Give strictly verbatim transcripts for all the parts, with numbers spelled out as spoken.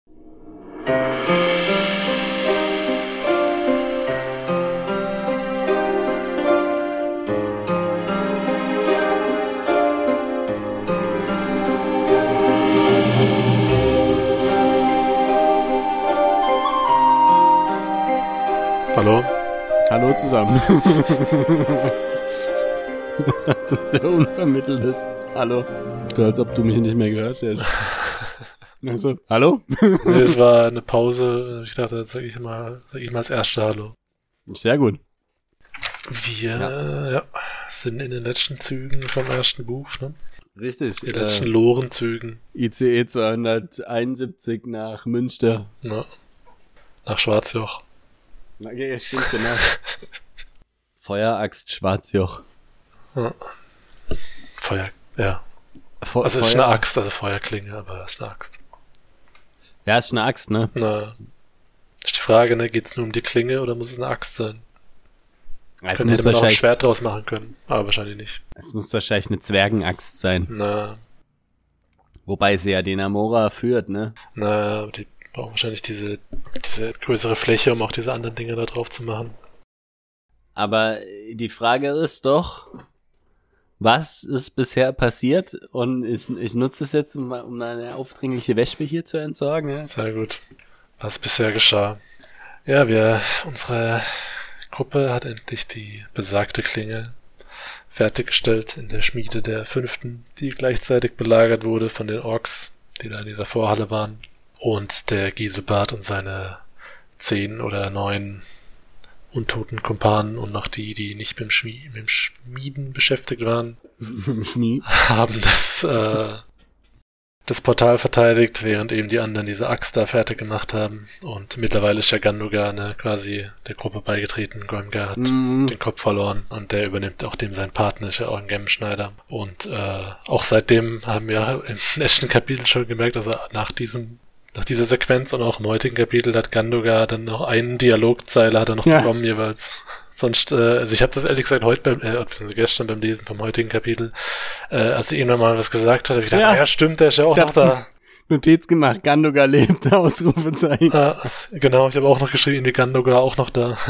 Hallo? Hallo zusammen. Das ist ein sehr unvermitteltes Hallo. So, als ob du mich nicht mehr gehört hättest. Also, hallo? Nee, es war eine Pause. Ich dachte, jetzt sage ich mal, sag ich mal als erste Hallo. Sehr gut. Wir ja. Ja, sind in den letzten Zügen vom ersten Buch, ne? Richtig. Die letzten äh, Lorenzügen. I C E zweihunderteinundsiebzig nach Münster. Ja. Nach Schwarzjoch. Okay, stimmt, genau. Feueraxt Schwarzjoch. Ja. Feuer, ja. Fe- Also es ist Feuer- eine Axt, also Feuerklinge, aber es ist eine Axt. Ja, ist eine Axt, ne? Na, ist die Frage, ne, geht's nur um die Klinge oder muss es eine Axt sein? Es Können, muss, hätte man auch ein wahrscheinlich, Schwert draus machen können, aber wahrscheinlich nicht. es muss wahrscheinlich eine Zwergenaxt sein. Na, Wobei sie ja den Amora führt, ne? na, die brauchen wahrscheinlich diese, diese größere Fläche, um auch diese anderen Dinge da drauf zu machen. Aber die Frage ist doch, was ist bisher passiert? Und ich, ich nutze es jetzt, um, um eine aufdringliche Wespe hier zu entsorgen. Ja? Sehr gut. Was bisher geschah. Ja, wir, unsere Gruppe hat endlich die besagte Klinge fertiggestellt in der Schmiede der fünften, die gleichzeitig belagert wurde von den Orks, die da in dieser Vorhalle waren. Und der Giselbart und seine zehn oder neun untoten Kumpanen und noch die, die nicht mit dem, Schmie- mit dem Schmieden beschäftigt waren, Schmied. haben das, äh, das Portal verteidigt, während eben die anderen diese Axt da fertig gemacht haben. Und mittlerweile ist ja Gandugar ne, quasi der Gruppe beigetreten. Goimgar hat Mhm. den Kopf verloren und der übernimmt auch dem sein Partner, ist ja auch ein Gemmenschneider. Und äh, auch seitdem haben wir im letzten Kapitel schon gemerkt, also nach diesem Nach dieser Sequenz und auch im heutigen Kapitel hat Gandugar dann noch einen Dialogzeile hat er noch Ja. bekommen jeweils. Sonst, äh, also ich habe das ehrlich gesagt heute beim, äh, beziehungsweise gestern beim Lesen vom heutigen Kapitel, äh, als er irgendwann mal was gesagt hat, habe ich gedacht, Ja. ja. ja stimmt, der ist ja auch Ich noch da. Notiz gemacht, Gandugar lebt, Ausrufezeichen. Äh, genau, ich habe auch noch geschrieben, die Gandugar auch noch da.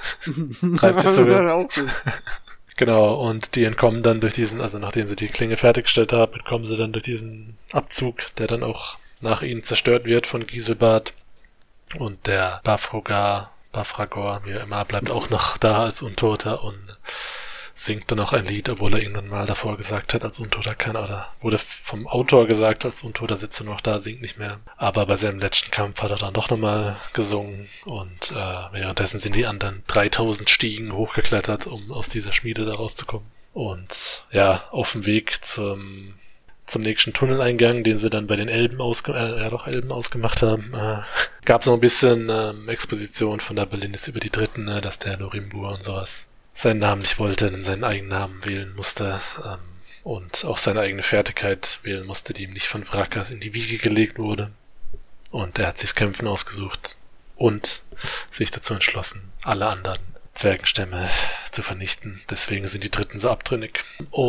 Reibt sich sogar. Genau, und die entkommen dann durch diesen, also nachdem sie die Klinge fertiggestellt haben, entkommen sie dann durch diesen Abzug, der dann auch nach ihnen zerstört wird von Giselbart. Und der Bafrogar, Bafragor, wie er immer, bleibt auch noch da als Untoter und singt dann auch ein Lied, obwohl er irgendwann mal davor gesagt hat, als Untoter kann, oder wurde vom Autor gesagt, als Untoter sitzt er noch da, singt nicht mehr. Aber bei seinem letzten Kampf hat er dann doch nochmal gesungen und äh, währenddessen sind die anderen dreitausend Stiegen hochgeklettert, um aus dieser Schmiede da rauszukommen. Und ja, auf dem Weg zum zum nächsten Tunneleingang, den sie dann bei den Elben ausge äh, ja doch Elben ausgemacht haben, äh, gab es noch ein bisschen ähm, Exposition von der Belindis über die Dritten, ne, dass der Norimbur und sowas seinen Namen nicht wollte, denn seinen eigenen Namen wählen musste ähm, und auch seine eigene Fertigkeit wählen musste, die ihm nicht von Wrakas in die Wiege gelegt wurde. Und er hat sich das Kämpfen ausgesucht und sich dazu entschlossen, alle anderen Zwergenstämme zu vernichten. Deswegen sind die Dritten so abtrünnig.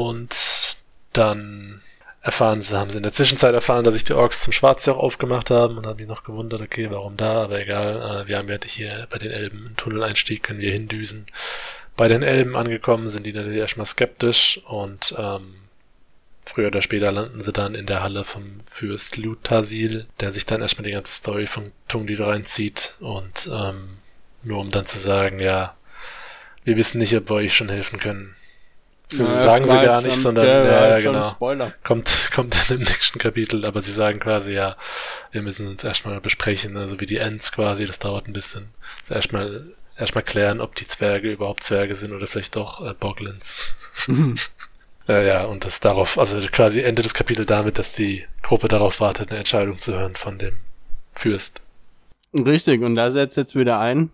Und dann erfahren sie, haben sie in der Zwischenzeit erfahren, dass sich die Orks zum Schwarzjoch aufgemacht haben und haben mich noch gewundert, okay, warum da, aber egal, äh, wir haben ja hier bei den Elben einen Tunneleinstieg, können wir hindüsen. Bei den Elben angekommen sind die natürlich erstmal skeptisch und ähm, früher oder später landen sie dann in der Halle vom Fürst Lutasil, der sich dann erstmal die ganze Story von Tungdil reinzieht und ähm, nur um dann zu sagen, ja, wir wissen nicht, ob wir euch schon helfen können. Sie Na, sagen sie war gar halt nicht, schon- sondern der war ja, halt schon genau. Spoiler. Kommt, kommt dann im nächsten Kapitel, aber sie sagen quasi, ja, wir müssen uns erstmal besprechen, also wie die Ents quasi, das dauert ein bisschen. Also erstmal, erstmal klären, ob die Zwerge überhaupt Zwerge sind oder vielleicht doch äh, Boglins. äh, ja, und das darauf, also quasi endet das Kapitel damit, dass die Gruppe darauf wartet, eine Entscheidung zu hören von dem Fürst. Richtig, und da setzt jetzt wieder ein.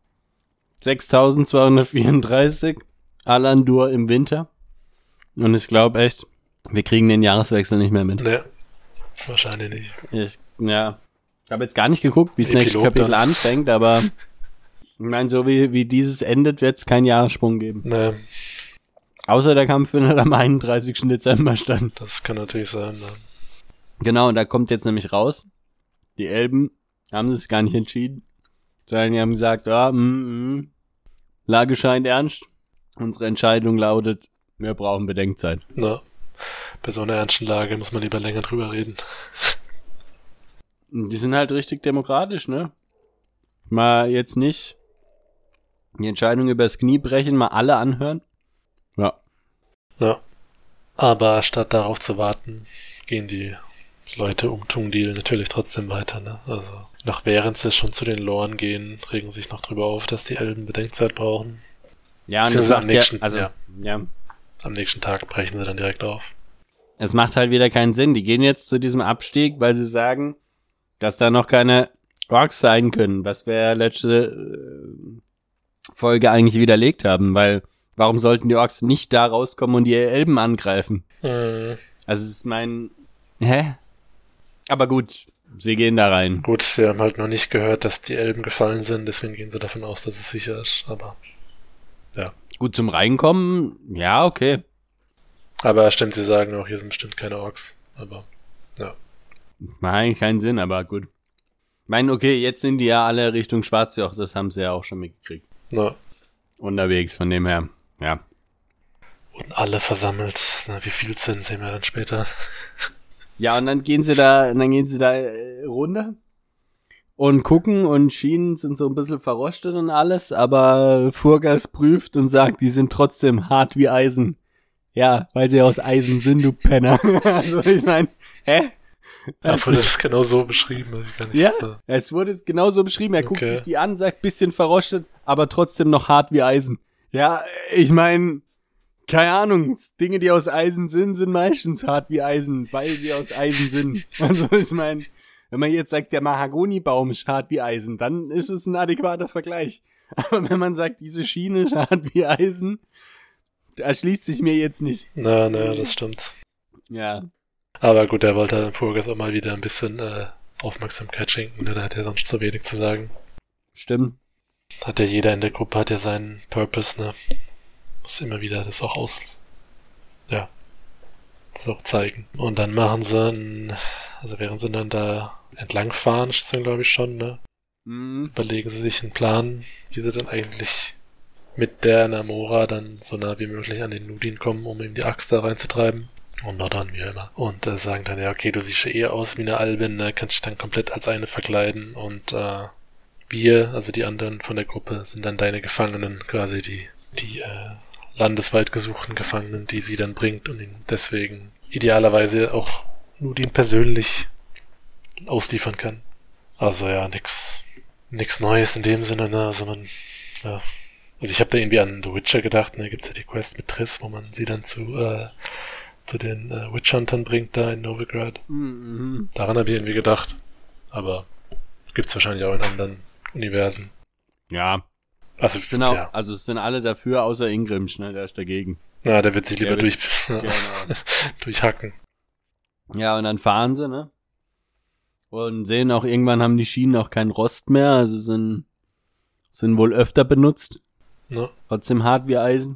sechstausendzweihundertvierunddreißig, Alandur im Winter. Und ich glaube echt, wir kriegen den Jahreswechsel nicht mehr mit. Ne, wahrscheinlich nicht. Ich, ja, ich habe jetzt gar nicht geguckt, wie das nächste Epilog Kapitel dann. anfängt, aber ich meine, so wie, wie dieses endet, wird es keinen Jahressprung geben. Ne, Außer der Kampf findet am einunddreißigsten Dezember statt. das kann natürlich sein. Ne? Genau, und da kommt jetzt nämlich raus, die Elben haben sie es gar nicht entschieden. Sondern die haben gesagt, ja, mm, mm, Lage scheint ernst. Unsere Entscheidung lautet, wir brauchen Bedenkzeit. Na, bei so einer ernsten Lage muss man lieber länger drüber reden. Die sind halt richtig demokratisch, ne? Mal jetzt nicht die Entscheidung übers Knie brechen, mal alle anhören. Ja. Ja. Aber statt darauf zu warten, gehen die Leute um Tungdil natürlich trotzdem weiter, ne? Also, noch während sie schon zu den Loren gehen, regen sich noch drüber auf, dass die Elben Bedenkzeit brauchen. Ja, und das am nächsten, ja, also, ja. ja. Am nächsten Tag brechen sie dann direkt auf. Es macht halt wieder keinen Sinn. Die gehen jetzt zu diesem Abstieg, weil sie sagen, dass da noch keine Orks sein können, was wir letzte äh, Folge eigentlich widerlegt haben, weil warum sollten die Orks nicht da rauskommen und die Elben angreifen? Mhm. Also es ist mein... Hä? Aber gut, sie gehen da rein. Gut, sie haben halt noch nicht gehört, dass die Elben gefallen sind, deswegen gehen sie davon aus, dass es sicher ist, aber ja. Gut, zum Reinkommen, ja, okay. Aber stimmt, sie sagen auch, hier sind bestimmt keine Orks, aber ja. Macht eigentlich keinen Sinn, aber gut. Ich meine, okay, jetzt sind die ja alle Richtung Schwarzjoch, das haben sie ja auch schon mitgekriegt. Na. Unterwegs, von dem her, ja. Und alle versammelt, na, wie viel sind, sehen wir dann später. Ja, und dann gehen sie da, dann gehen sie da äh, runter und gucken und Schienen sind so ein bisschen verrostet und alles, aber Furgas prüft und sagt, die sind trotzdem hart wie Eisen. Ja, weil sie aus Eisen sind, du Penner. Also ich meine, hä? Ja, wurde das genau so beschrieben? Kann ich, ja, äh, es wurde genau so beschrieben. Er Okay. guckt sich die an, sagt, bisschen verrostet, aber trotzdem noch hart wie Eisen. Ja, ich meine, keine Ahnung, Dinge, die aus Eisen sind, sind meistens hart wie Eisen, weil sie aus Eisen sind. Also ich meine, wenn man jetzt sagt, der Mahagonibaum ist hart wie Eisen, dann ist es ein adäquater Vergleich. Aber wenn man sagt, diese Schiene ist hart wie Eisen, da erschließt sich mir jetzt nicht. Na, na, das stimmt. Ja. Aber gut, er wollte dem Furgas auch mal wieder ein bisschen äh, Aufmerksamkeit schenken, ne? Da hat er sonst zu wenig zu sagen. Stimmt. Hat ja jeder in der Gruppe, hat ja seinen Purpose, ne? Muss immer wieder das auch aus... Ja. Das auch zeigen. Und dann machen sie ein... Also während sie dann da entlangfahren, ist das dann glaube ich schon, ne? Mhm. Überlegen sie sich einen Plan, wie sie dann eigentlich mit der Namora dann so nah wie möglich an den Nudin kommen, um ihm die Axt da reinzutreiben. Und Nordern, wie immer. Und äh, sagen dann, ja, okay, du siehst ja eh aus wie eine Albin, ne? Kannst dich dann komplett als eine verkleiden und äh, wir, also die anderen von der Gruppe, sind dann deine Gefangenen, quasi die, die äh, landesweit gesuchten Gefangenen, die sie dann bringt und ihn deswegen idealerweise auch Nudin persönlich ausliefern kann. Also ja, nix, nix Neues in dem Sinne, ne? Also man, ja. Also ich habe da irgendwie an The Witcher gedacht, ne? Gibt's ja die Quest mit Triss, wo man sie dann zu, äh, zu den äh, Witch-Huntern bringt da in Novigrad. Mhm. Daran habe ich irgendwie gedacht. Aber gibt's wahrscheinlich auch in anderen Universen. Ja. Also, Es sind auch, ja. also es sind alle dafür, außer Ingrimsch, ne? Der ist dagegen. Na, der wird sich lieber Der durch, Genau. durchhacken. Ja, und dann fahren sie, ne? Und sehen auch, irgendwann haben die Schienen auch keinen Rost mehr, also sind, sind wohl öfter benutzt. Ne? Trotzdem hart wie Eisen.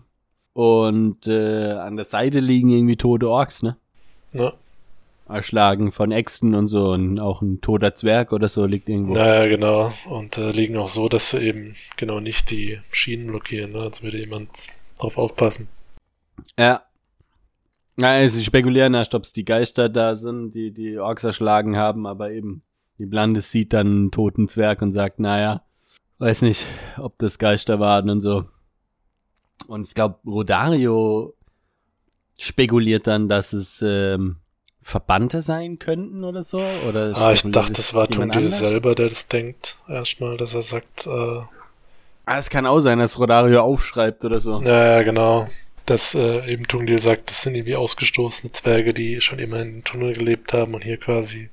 Und äh, an der Seite liegen irgendwie tote Orks, ne? Ne? Erschlagen von Äxten und so. Und auch ein toter Zwerg oder so liegt irgendwo. Naja, genau. Und äh, liegen auch so, dass sie eben genau nicht die Schienen blockieren, ne? Als würde jemand drauf aufpassen. Ja. Ja, sie spekulieren erst, ob es die Geister da sind, die die Orks erschlagen haben, aber eben die Blandes sieht dann einen toten Zwerg und sagt, naja, weiß nicht, ob das Geister waren und so. Und ich glaube, Rodario spekuliert dann, dass es ähm, Verbannte sein könnten oder so. Oder Ah, ich spekuliert dachte, es das war jemand Tungdil anders? selber, der das denkt. Erstmal, dass er sagt, äh, Ah, es kann auch sein, dass Rodario aufschreibt oder so. ja, ja, genau. Dass äh, eben Tungdil sagt, das sind irgendwie ausgestoßene Zwerge, die schon immer in den Tunnel gelebt haben und hier quasi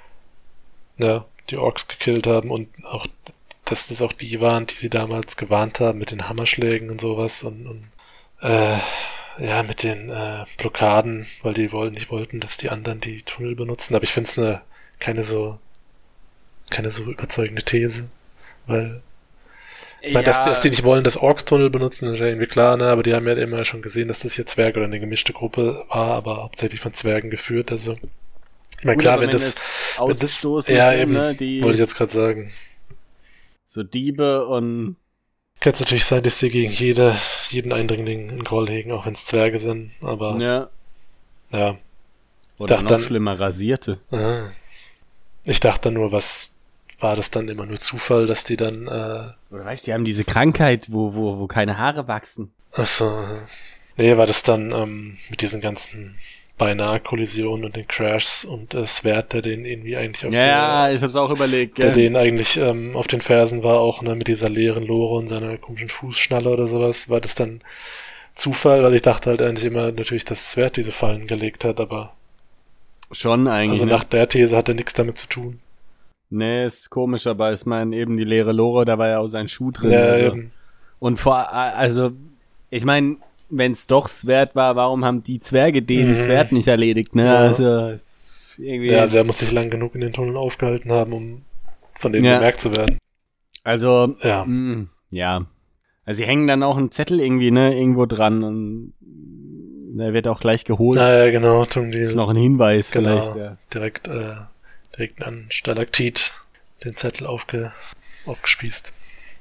ja, die Orks gekillt haben und auch, dass das auch die waren, die sie damals gewarnt haben mit den Hammerschlägen und sowas und, und äh, ja, mit den äh, Blockaden, weil die wollen, nicht wollten, dass die anderen die Tunnel benutzen. Aber ich finde es eine keine so keine so überzeugende These, weil ich meine, dass, dass die nicht wollen, dass Orks Tunnel benutzen, ist ja irgendwie klar, ne? Aber die haben ja immer schon gesehen, dass das hier Zwerge oder eine gemischte Gruppe war, aber hauptsächlich von Zwergen geführt. Also Ich meine, klar, wenn das, wenn das, ja, eben, ne, die wollte ich jetzt gerade sagen. So Diebe und... Kann es natürlich sein, dass sie gegen jede, jeden Eindringling in Groll hegen, auch wenn es Zwerge sind, aber... Ja. Ja. Ich Oder dachte noch dann, schlimmer, Rasierte. Ah, ich dachte dann nur, was war das dann immer nur Zufall, dass die dann... Äh, Oder weißt du, die haben diese Krankheit, wo, wo, wo keine Haare wachsen. Achso. Nee, war das dann ähm, mit diesen ganzen beinahe Kollisionen und den Crashs und äh, Svert, der den irgendwie eigentlich auf Ja, der, ja, ich hab's auch überlegt, der gell. den eigentlich ähm, auf den Fersen war, auch ne, mit dieser leeren Lore und seiner komischen Fußschnalle oder sowas, war das dann Zufall, weil ich dachte halt eigentlich immer natürlich, dass Svert diese Fallen gelegt hat, aber schon eigentlich. also ne? nach der These hat er nichts damit zu tun. Nee, ist komisch, aber ich meine eben die leere Lore, da war ja auch sein Schuh drin. Ja, also. eben. Und vor, also, ich meine, wenn es doch Svert war, warum haben die Zwerge den Mhm. Svert nicht erledigt, ne? Ja. Also, irgendwie. Ja, also er muss sich lang genug in den Tunneln aufgehalten haben, um von denen Ja. bemerkt zu werden. Also, Ja. mh, ja. Also, sie hängen dann auch einen Zettel irgendwie, ne, irgendwo dran und der wird auch gleich geholt. Naja, genau, tun die Ist noch ein Hinweis genau, vielleicht, ja. direkt, äh, direkt an Stalaktit den Zettel aufge, aufgespießt.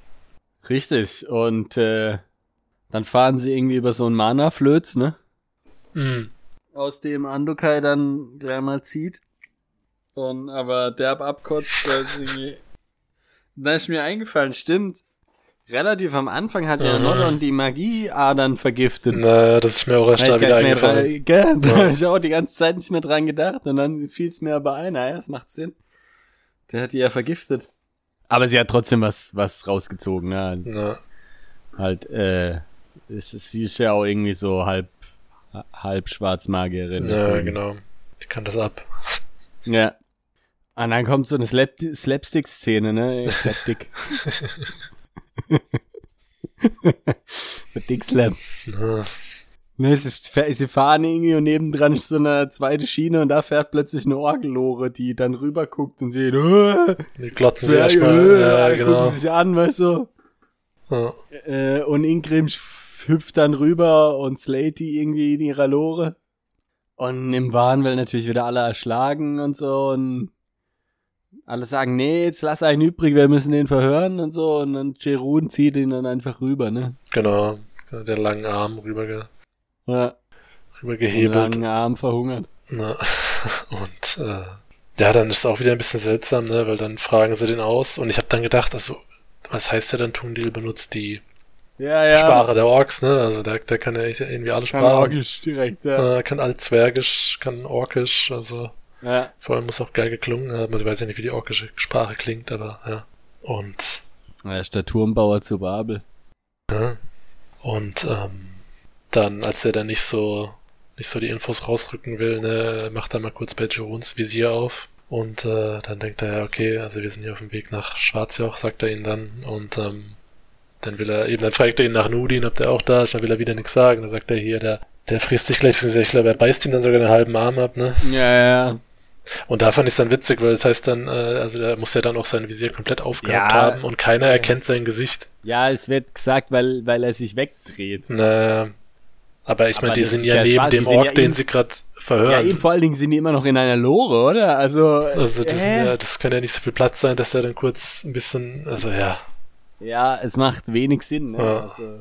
Richtig. Und, äh, dann fahren sie irgendwie über so einen Mana-Flöz, ne? Mhm. Aus dem Andukai dann gleich mal zieht. Und aber derb abkotzt, weil es irgendwie. Da ist mir eingefallen, stimmt. Relativ am Anfang hat ja Mhm. Nodon die Magieadern vergiftet. Na, das ist mir auch erst Da da hab ich wieder gar nicht mehr eingefallen. dran, gell? Da Ja. hab ich auch die ganze Zeit nicht mehr dran gedacht. Und dann fiel es mir aber ein, naja, das macht Sinn. Der hat die ja vergiftet. Aber sie hat trotzdem was, was rausgezogen, ne? Na, Halt, äh, es, es, sie ist ja auch irgendwie so halb, halb Schwarzmagierin. ja, deswegen. genau. Die kann das ab. Ja. Und dann kommt so eine Slap Slapstick-Szene, ne? Slapstick. Mit Dick Slap. Na, Ne, es ist, sie fahren irgendwie und nebendran ist so eine zweite Schiene und da fährt plötzlich eine Orgellore, die dann rüber guckt und sieht, äh, die glotzen sie Zwerge, erstmal. äh, Ja, alle genau. gucken sich an, weißt du. Ja. Äh, und Ingrim sch- hüpft dann rüber und slayt die irgendwie in ihrer Lore. Und im Wahn will natürlich wieder alle erschlagen und so und alle sagen, nee, jetzt lass einen übrig, wir müssen den verhören und so. Und dann Jerun zieht ihn dann einfach rüber, ne? Genau. Der langen Arm rüber, Ja, rüber den gehebelt. langen Arm verhungert. Na, und äh, ja, dann ist es auch wieder ein bisschen seltsam, ne, weil dann fragen sie den aus und ich habe dann gedacht, also, was heißt der dann, Tungdil benutzt die Ja, ja. Sprache der Orks, ne, also der, der kann ja irgendwie alle Kann Sprachen, Orgisch direkt, ja. äh, kann Altzwergisch, kann Orkisch, also Ja. vor allem muss auch geil geklungen haben, also ich weiß ja nicht, wie die orkische Sprache klingt, aber ja, und Er ist der Turmbauer zu Babel. ja, und ähm, dann, als er dann nicht so nicht so die Infos rausrücken will, ne, macht er mal kurz bei Jeroens Visier auf und äh, dann denkt er, ja, okay, also wir sind hier auf dem Weg nach Schwarzjoch, sagt er ihn dann und ähm, dann will er eben, dann fragt er ihn nach Nudin, ob der auch da ist, dann will er wieder nichts sagen, dann sagt er hier, der der frisst sich gleich, ich glaube, er beißt ihm dann sogar den halben Arm ab, ne? Ja, ja. Und da fand ich es dann witzig, weil das heißt dann, äh, also der muss ja dann auch sein Visier komplett aufgehabt Ja. haben und keiner erkennt sein Gesicht. Ja, es wird gesagt, weil, weil er sich wegdreht. Na, aber ich Aber meine, die das sind ist ja ja neben schwarz, dem die sind Ork, ja den eben- sie gerade Ja, verhören. eben vor allen Dingen sind die immer noch in einer Lore, oder? Also, Also das, äh, sind ja, das kann ja nicht so viel Platz sein, dass er dann kurz ein bisschen, also ja, ja, es macht wenig Sinn. Ne? Ja. Also,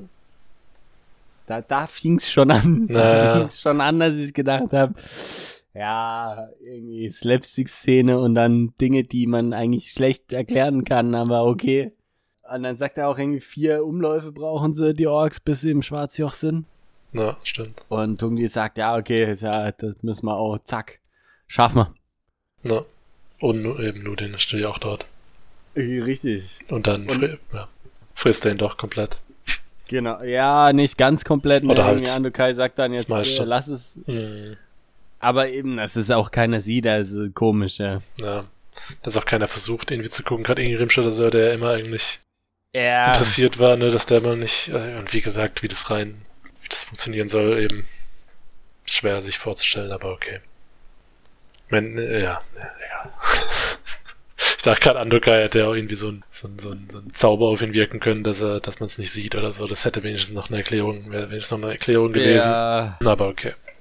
da da fing es schon an. Naja. Da fing's schon an, dass ich gedacht habe, ja, irgendwie Slapstick-Szene und dann Dinge, die man eigentlich schlecht erklären kann, aber okay. Und dann sagt er auch irgendwie, vier Umläufe brauchen sie, die Orks, bis sie im Schwarzjoch sind. na, stimmt. Und Tungdi sagt, ja, okay, ja, das müssen wir auch, zack, schaffen wir. Na. Und nu- eben nur den steht ja auch dort. Richtig. Und dann Und- fri ja, frisst er ihn doch komplett. Genau, ja, nicht ganz komplett. Ne? Oder halt Irgendwie Andukai sagt dann jetzt, das meiste. äh, lass es. Hm, Aber eben, das ist auch keiner sieht, also komisch, ja. ja. Dass auch keiner versucht, irgendwie zu gucken. Gerade Ingrimsch oder so, der ja immer eigentlich Ja, interessiert war, ne, dass der mal nicht, äh, und wie gesagt, wie das rein, wie das funktionieren soll, eben schwer sich vorzustellen, aber okay. Ich mein, äh, ja, ja, egal. Ich dachte gerade, Andokai hätte ja auch irgendwie so ein, so ein, so ein, so ein Zauber auf ihn wirken können, dass er, dass man es nicht sieht oder so. Das hätte wenigstens noch eine Erklärung, wäre wenigstens noch eine Erklärung gewesen. ja, Aber okay.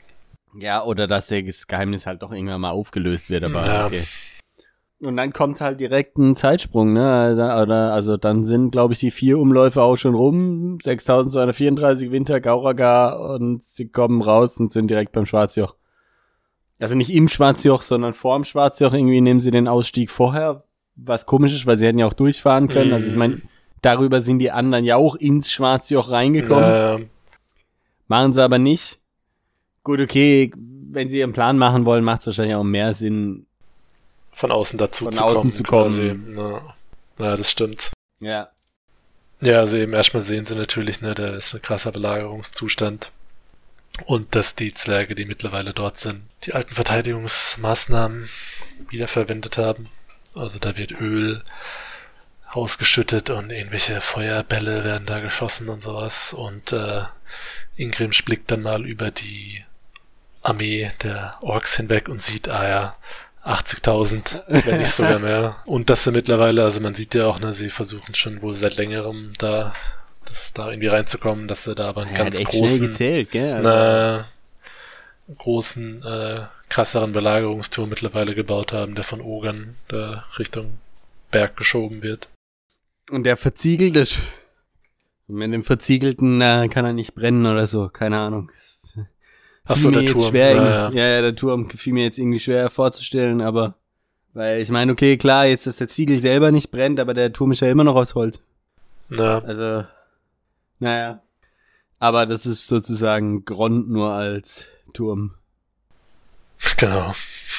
Ja, oder dass das Geheimnis halt doch irgendwann mal aufgelöst wird, aber Ja. okay. Und dann kommt halt direkt ein Zeitsprung, ne? Also, oder, also dann sind, glaube ich, die vier Umläufe auch schon rum. sechstausendzweihundertvierunddreißig Winter, Gauraga und sie kommen raus und sind direkt beim Schwarzjoch. Also nicht im Schwarzjoch, sondern vorm Schwarzjoch. Irgendwie nehmen sie den Ausstieg vorher, was komisch ist, weil sie hätten ja auch durchfahren können. Mhm. Also ich meine, darüber sind die anderen ja auch ins Schwarzjoch reingekommen. Äh, Machen sie aber nicht. Gut, okay, wenn sie ihren Plan machen wollen, macht es wahrscheinlich auch mehr Sinn. von außen dazu Von zu außen kommen. zu kommen. Quasi. Ja. ja, das stimmt. Ja. Ja, also eben erstmal sehen sie natürlich, ne, da ist ein krasser Belagerungszustand. Und dass die Zwerge, die mittlerweile dort sind, die alten Verteidigungsmaßnahmen wiederverwendet haben. Also da wird Öl ausgeschüttet und irgendwelche Feuerbälle werden da geschossen und sowas. Und äh, Ingrimm blickt dann mal über die Armee der Orks hinweg und sieht, ah ja, achtzigtausend, wenn nicht sogar mehr. Und dass sie mittlerweile, also man sieht ja auch, ne, sie versuchen schon wohl seit längerem da, das da irgendwie reinzukommen, dass sie da aber einen Ja, ganz hat echt großen, schnell gezählt, gell? Also, na, großen, äh, krasseren Belagerungsturm mittlerweile gebaut haben, der von Ogern da Richtung Berg geschoben wird. und der verziegelt ist. Und mit dem Verziegelten äh, kann er nicht brennen oder so, keine Ahnung. Ach Fiel so, mir der jetzt Turm. schwer, Ja, irgendwie- ja. ja, ja, der Turm fiel mir jetzt irgendwie schwer vorzustellen, aber weil ich meine, okay, klar, jetzt, dass der Ziegel selber nicht brennt, aber der Turm ist ja immer noch aus Holz. Na, Also, naja. Aber das ist sozusagen Grond nur als Turm. genau.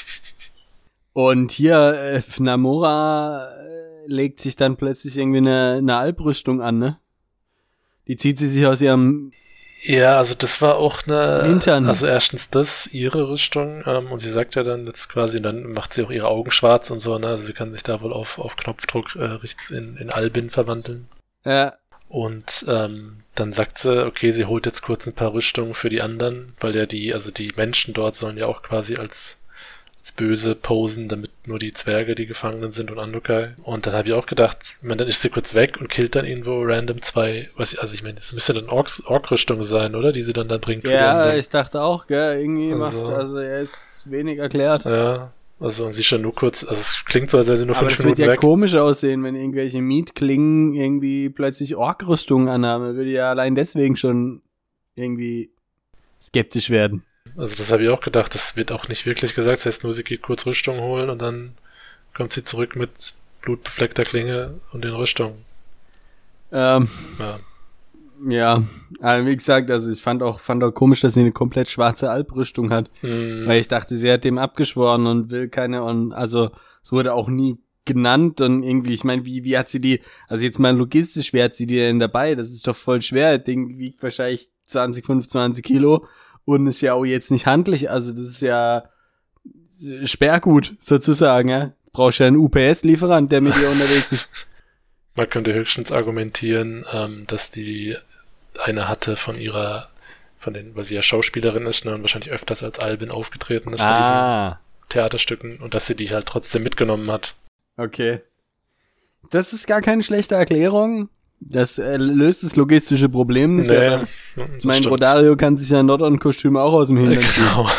Und hier, äh, Namora äh, legt sich dann plötzlich irgendwie eine, eine Albrüstung an, ne? Die zieht sie sich aus ihrem Ja, also das war auch eine, Hintern. also erstens das, ihre Rüstung, ähm, und sie sagt ja dann jetzt quasi, dann macht sie auch ihre Augen schwarz und so, ne, also sie kann sich da wohl auf, auf Knopfdruck äh, richt- in, in Albin verwandeln. äh, Und ähm, dann sagt sie, okay, sie holt jetzt kurz ein paar Rüstungen für die anderen, weil ja die, also die Menschen dort sollen ja auch quasi als, als böse posen, damit nur die Zwerge die Gefangenen sind und Andukai. Und dann habe ich auch gedacht, ich meine, dann ist sie kurz weg und killt dann irgendwo random zwei, was ich, also ich meine, das müsste dann Orks, Ork-Rüstung sein, oder? Die sie dann da bringt. für ja, die anderen. ich dachte auch, gell, irgendwie Also- macht's, also er ist wenig erklärt. Ja, also und sie schon nur kurz, also es klingt so, als wäre sie nur Aber fünf das wird Minuten ja weg. komisch aussehen, wenn irgendwelche Mietklingen irgendwie plötzlich Ork-Rüstungen anhaben. Würde ja allein deswegen schon irgendwie skeptisch werden. Also das habe ich auch gedacht, das wird auch nicht wirklich gesagt, das heißt nur, sie geht kurz Rüstung holen und dann kommt sie zurück mit blutbefleckter Klinge und den Rüstungen. Ähm, Ja. ja, aber wie gesagt, also ich fand auch, fand auch komisch, dass sie eine komplett schwarze Albrüstung hat. Hm, Weil ich dachte, sie hat dem abgeschworen und will keine, und also es wurde auch nie genannt und irgendwie, ich meine, wie, wie hat sie die, also jetzt mal logistisch, wer hat sie die denn dabei? Das ist doch voll schwer. Das Ding wiegt wahrscheinlich zwanzig, fünfundzwanzig Kilo und ist ja auch jetzt nicht handlich, also das ist ja Sperrgut sozusagen, ja. Brauchst ja einen U P S-Lieferant, der mit dir unterwegs ist. man könnte höchstens argumentieren, ähm, dass die eine hatte von ihrer, von den, weil sie ja Schauspielerin ist, ne, und wahrscheinlich öfters als Albin aufgetreten ist bei diesen Ah, Theaterstücken und dass sie die halt trotzdem mitgenommen hat. okay. Das ist gar keine schlechte Erklärung. Das äh, löst das logistische Problem nicht. Nee, aber das mein stimmt. Rodario kann sich ja ein Nordon-Kostüm auch aus dem Äh, Hintern ziehen. Genau.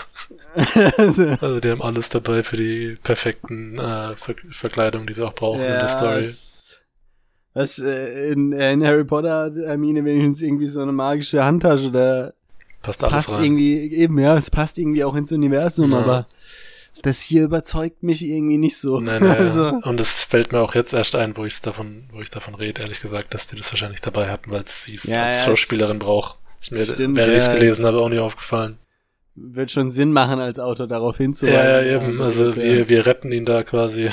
Also, Also die haben alles dabei für die perfekten äh, Ver Verkleidungen, die sie auch brauchen in der Story. Was, was äh, in, äh, in Harry Potter hat Hermine wenigstens irgendwie so eine magische Handtasche, da Passt alles passt rein. irgendwie, eben, ja, es passt irgendwie auch ins Universum, Ja. aber das hier überzeugt mich irgendwie nicht so. Nee, nee. Also, Und es fällt mir auch jetzt erst ein, wo ich davon, wo ich davon rede, ehrlich gesagt, dass die das wahrscheinlich dabei hatten, weil sie es Ja, als ja, Schauspielerin braucht. Ist mir, stimmt, während ich es ja, gelesen es- habe, auch nicht aufgefallen. wird schon Sinn machen, als Autor darauf hinzuweisen. Ja, ja, eben. Also wir, wir retten ihn da quasi.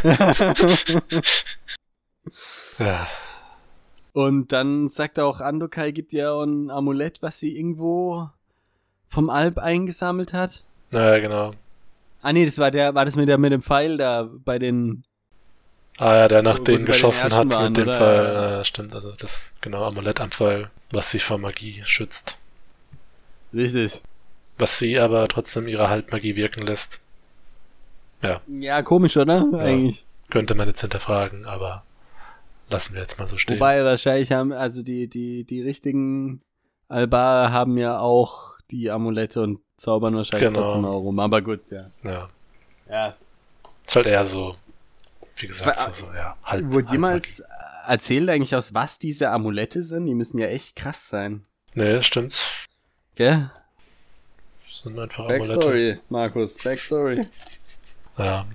Ja. Und dann sagt er auch, Andokai gibt ihr auch ein Amulett, was sie irgendwo vom Alp eingesammelt hat. Ja, genau. Ah nee, das war der, war das mit der mit dem Pfeil da bei den. Ah ja, der nach Wo- wo denen sie bei den geschossen Ärzten hat waren, mit dem oder? Pfeil. Ja. Ja, stimmt, also das, genau, Amulett am Pfeil, was sie vor Magie schützt. Richtig. Was sie aber trotzdem ihre Halbmagie wirken lässt. Ja, Ja, komisch, oder? Eigentlich. könnte man jetzt hinterfragen, aber lassen wir jetzt mal so stehen. Wobei wahrscheinlich haben, also die, die, die richtigen Albaer haben ja auch die Amulette und zaubern wahrscheinlich Genau. trotzdem auch rum. Aber gut, ja. Ja. Ja. Ist halt eher so, wie gesagt, War- so, so ja, halb. Wurde halb jemals erzählt eigentlich, aus was diese Amulette sind? Die müssen ja echt krass sein. Nee, stimmt's. Gell? Das sind einfach Amulette. Backstory, Markus, Backstory. Ja.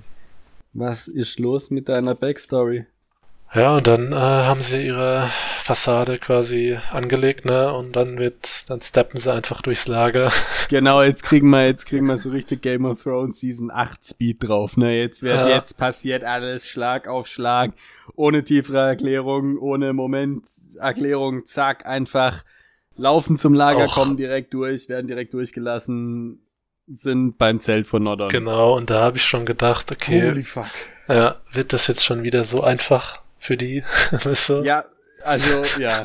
Was ist los mit deiner Backstory? Ja, und dann äh, haben sie ihre Fassade quasi angelegt, ne? Und dann wird, dann steppen sie einfach durchs Lager. Genau, jetzt kriegen wir, jetzt kriegen wir so richtig Game of Thrones Season acht Speed drauf, ne? Jetzt wird, Ja. jetzt passiert alles Schlag auf Schlag, ohne tiefere Erklärung, ohne Momenterklärung, zack, einfach laufen zum Lager, Och. kommen direkt durch, werden direkt durchgelassen, sind beim Zelt von Nordon. Genau, und da habe ich schon gedacht, okay, Holy fuck. ja, wird das jetzt schon wieder so einfach für die, weißt du? Ja, also, ja.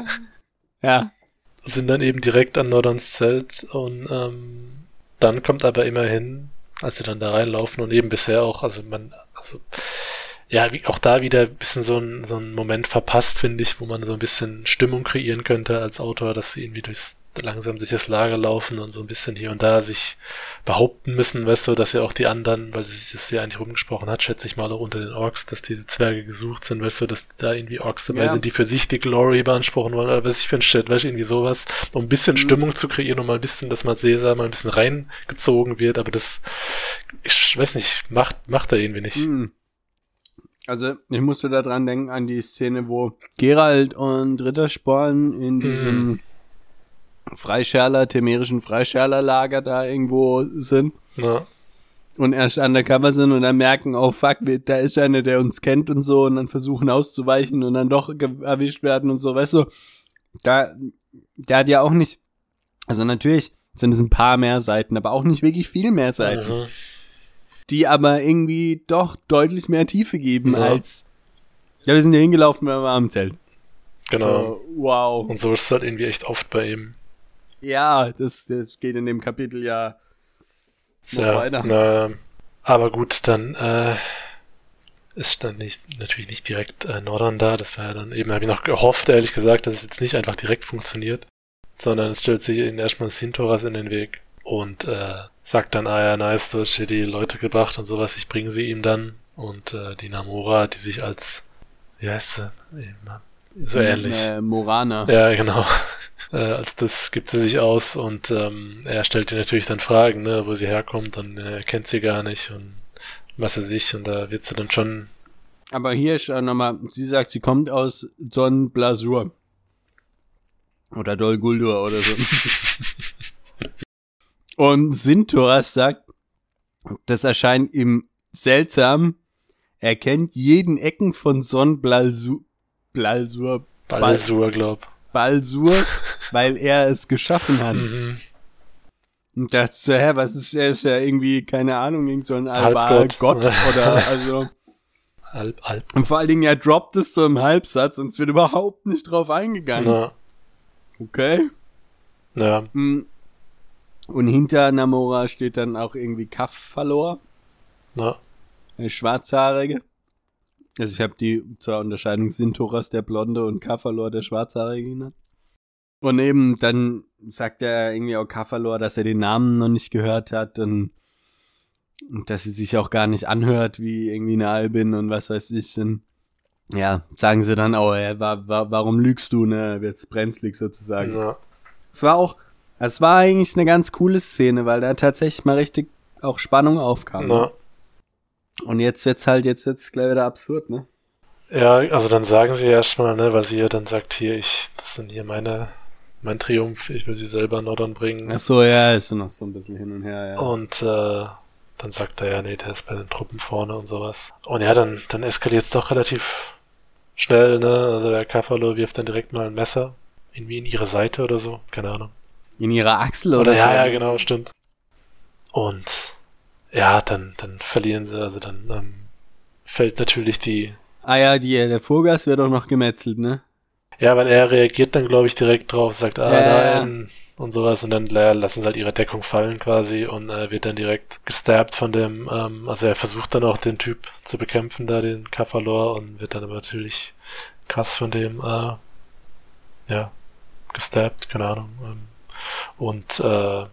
Ja. Sind dann eben direkt an Nordons Zelt und ähm, dann kommt aber immerhin, als sie dann da reinlaufen und eben bisher auch, also man, also ja, wie, auch da wieder ein bisschen so ein, so ein Moment verpasst, finde ich, wo man so ein bisschen Stimmung kreieren könnte als Autor, dass sie irgendwie durchs, langsam durch das Lager laufen und so ein bisschen hier und da sich behaupten müssen, weißt du, dass ja auch die anderen, weil sie sich das ja eigentlich rumgesprochen hat, schätze ich mal auch unter den Orks, dass diese Zwerge gesucht sind, weißt du, dass da irgendwie Orks dabei Ja. sind, die für sich die Glory beanspruchen wollen, oder was ich für ein Shit, weißt du, irgendwie sowas, um ein bisschen Mhm. Stimmung zu kreieren und mal ein bisschen, dass man Caesar mal ein bisschen reingezogen wird, aber das, ich weiß nicht, macht, macht er irgendwie nicht. Hm. Also, ich musste da dran denken, an die Szene, wo Geralt und Rittersporn in diesem Mhm. Freischärler, temerischen Freischärlerlager da irgendwo sind Ja, und erst undercover sind und dann merken, oh fuck, da ist einer, der uns kennt und so und dann versuchen auszuweichen und dann doch ge- erwischt werden und so, weißt du, da, der hat ja auch nicht, also natürlich sind es ein paar mehr Seiten, aber auch nicht wirklich viel mehr Seiten, mhm. die aber irgendwie doch deutlich mehr Tiefe geben Ja. als, ja, wir sind hier hingelaufen, wir waren am Zelt. Genau. So, wow. Und so ist es halt irgendwie echt oft bei ihm. Ja, das, das geht in dem Kapitel ja noch Ja, weiter. na, aber gut, dann äh, ist dann nicht natürlich nicht direkt äh, Nordern da. Das war ja dann eben, habe ich noch gehofft, ehrlich gesagt, dass es jetzt nicht einfach direkt funktioniert, sondern es stellt sich ihnen erstmal Sintoras in den Weg und äh, sagt dann, ah ja, nice, du hast hier die Leute gebracht und sowas, ich bringe sie ihm dann. Und äh, die Namora, die sich als, wie heißt sie? So ähnlich. Äh, Morana. Ja, genau. Äh, als das gibt sie sich aus und ähm, er stellt ihr natürlich dann Fragen, ne, wo sie herkommt und äh, er kennt sie gar nicht und was weiß ich und da wird sie dann schon, Aber hier ist auch nochmal, sie sagt, sie kommt aus Don Blasur. Oder Dol Guldur oder so. Und Sintoras sagt, das erscheint ihm seltsam, er kennt jeden Ecken von Son Blasur, Blasur, Balsur, glaub. Balsur, weil er es geschaffen hat. Mhm. Und dachte so, hä, was ist, er ist ja irgendwie, keine Ahnung, irgend so ein albaner Halbgott. Gott oder, also, Alp, Alp. und vor allen Dingen, er droppt es so im Halbsatz und es wird überhaupt nicht drauf eingegangen. Na, Okay. ja, Mm. Und hinter Namora steht dann auch irgendwie Kaffalor, na, der Schwarzhaarige. Also ich habe die zur Unterscheidung Sintoras der Blonde und Kaffalor der Schwarzhaarige genannt. Und eben dann sagt er irgendwie auch Kaffalor, dass er den Namen noch nicht gehört hat und, und dass sie sich auch gar nicht anhört wie irgendwie eine Albin und was weiß ich. Und ja, sagen sie dann auch, ey, wa, wa, warum lügst du, ne? Wird's brenzlig sozusagen. na, Es war auch, es war eigentlich eine ganz coole Szene, weil da tatsächlich mal richtig auch Spannung aufkam. na. Und jetzt wird's halt, jetzt wird's gleich wieder absurd, ne? Ja, also dann sagen sie erstmal, ne, weil sie ja dann sagt, hier, ich, das sind hier meine, mein Triumph, ich will sie selber Nordern bringen. Ach so, ja, ist noch so ein bisschen hin und her, ja. Und äh, dann sagt er ja, nee, der ist bei den Truppen vorne und sowas. Und ja, dann, dann eskaliert es doch relativ schnell, ne? Also der Kaffalo wirft dann direkt mal ein Messer irgendwie in ihre Seite oder so, keine Ahnung. In ihrer Achsel oder, Oder ja, so? ja, genau, stimmt. Und ja, dann, dann verlieren sie, also dann ähm, fällt natürlich die, Ah ja, die, der Vorgas wird auch noch gemetzelt, ne? ja, weil er reagiert dann, glaube ich, direkt drauf, sagt, ah, Ja, nein, und sowas, und dann ja, lassen sie halt ihre Deckung fallen quasi und äh, wird dann direkt gestabbt von dem, ähm, also er versucht dann auch den Typ zu bekämpfen, da den Kaffalor, und wird dann aber natürlich krass von dem, äh, ja, gestabbt, keine Ahnung, ähm, und äh,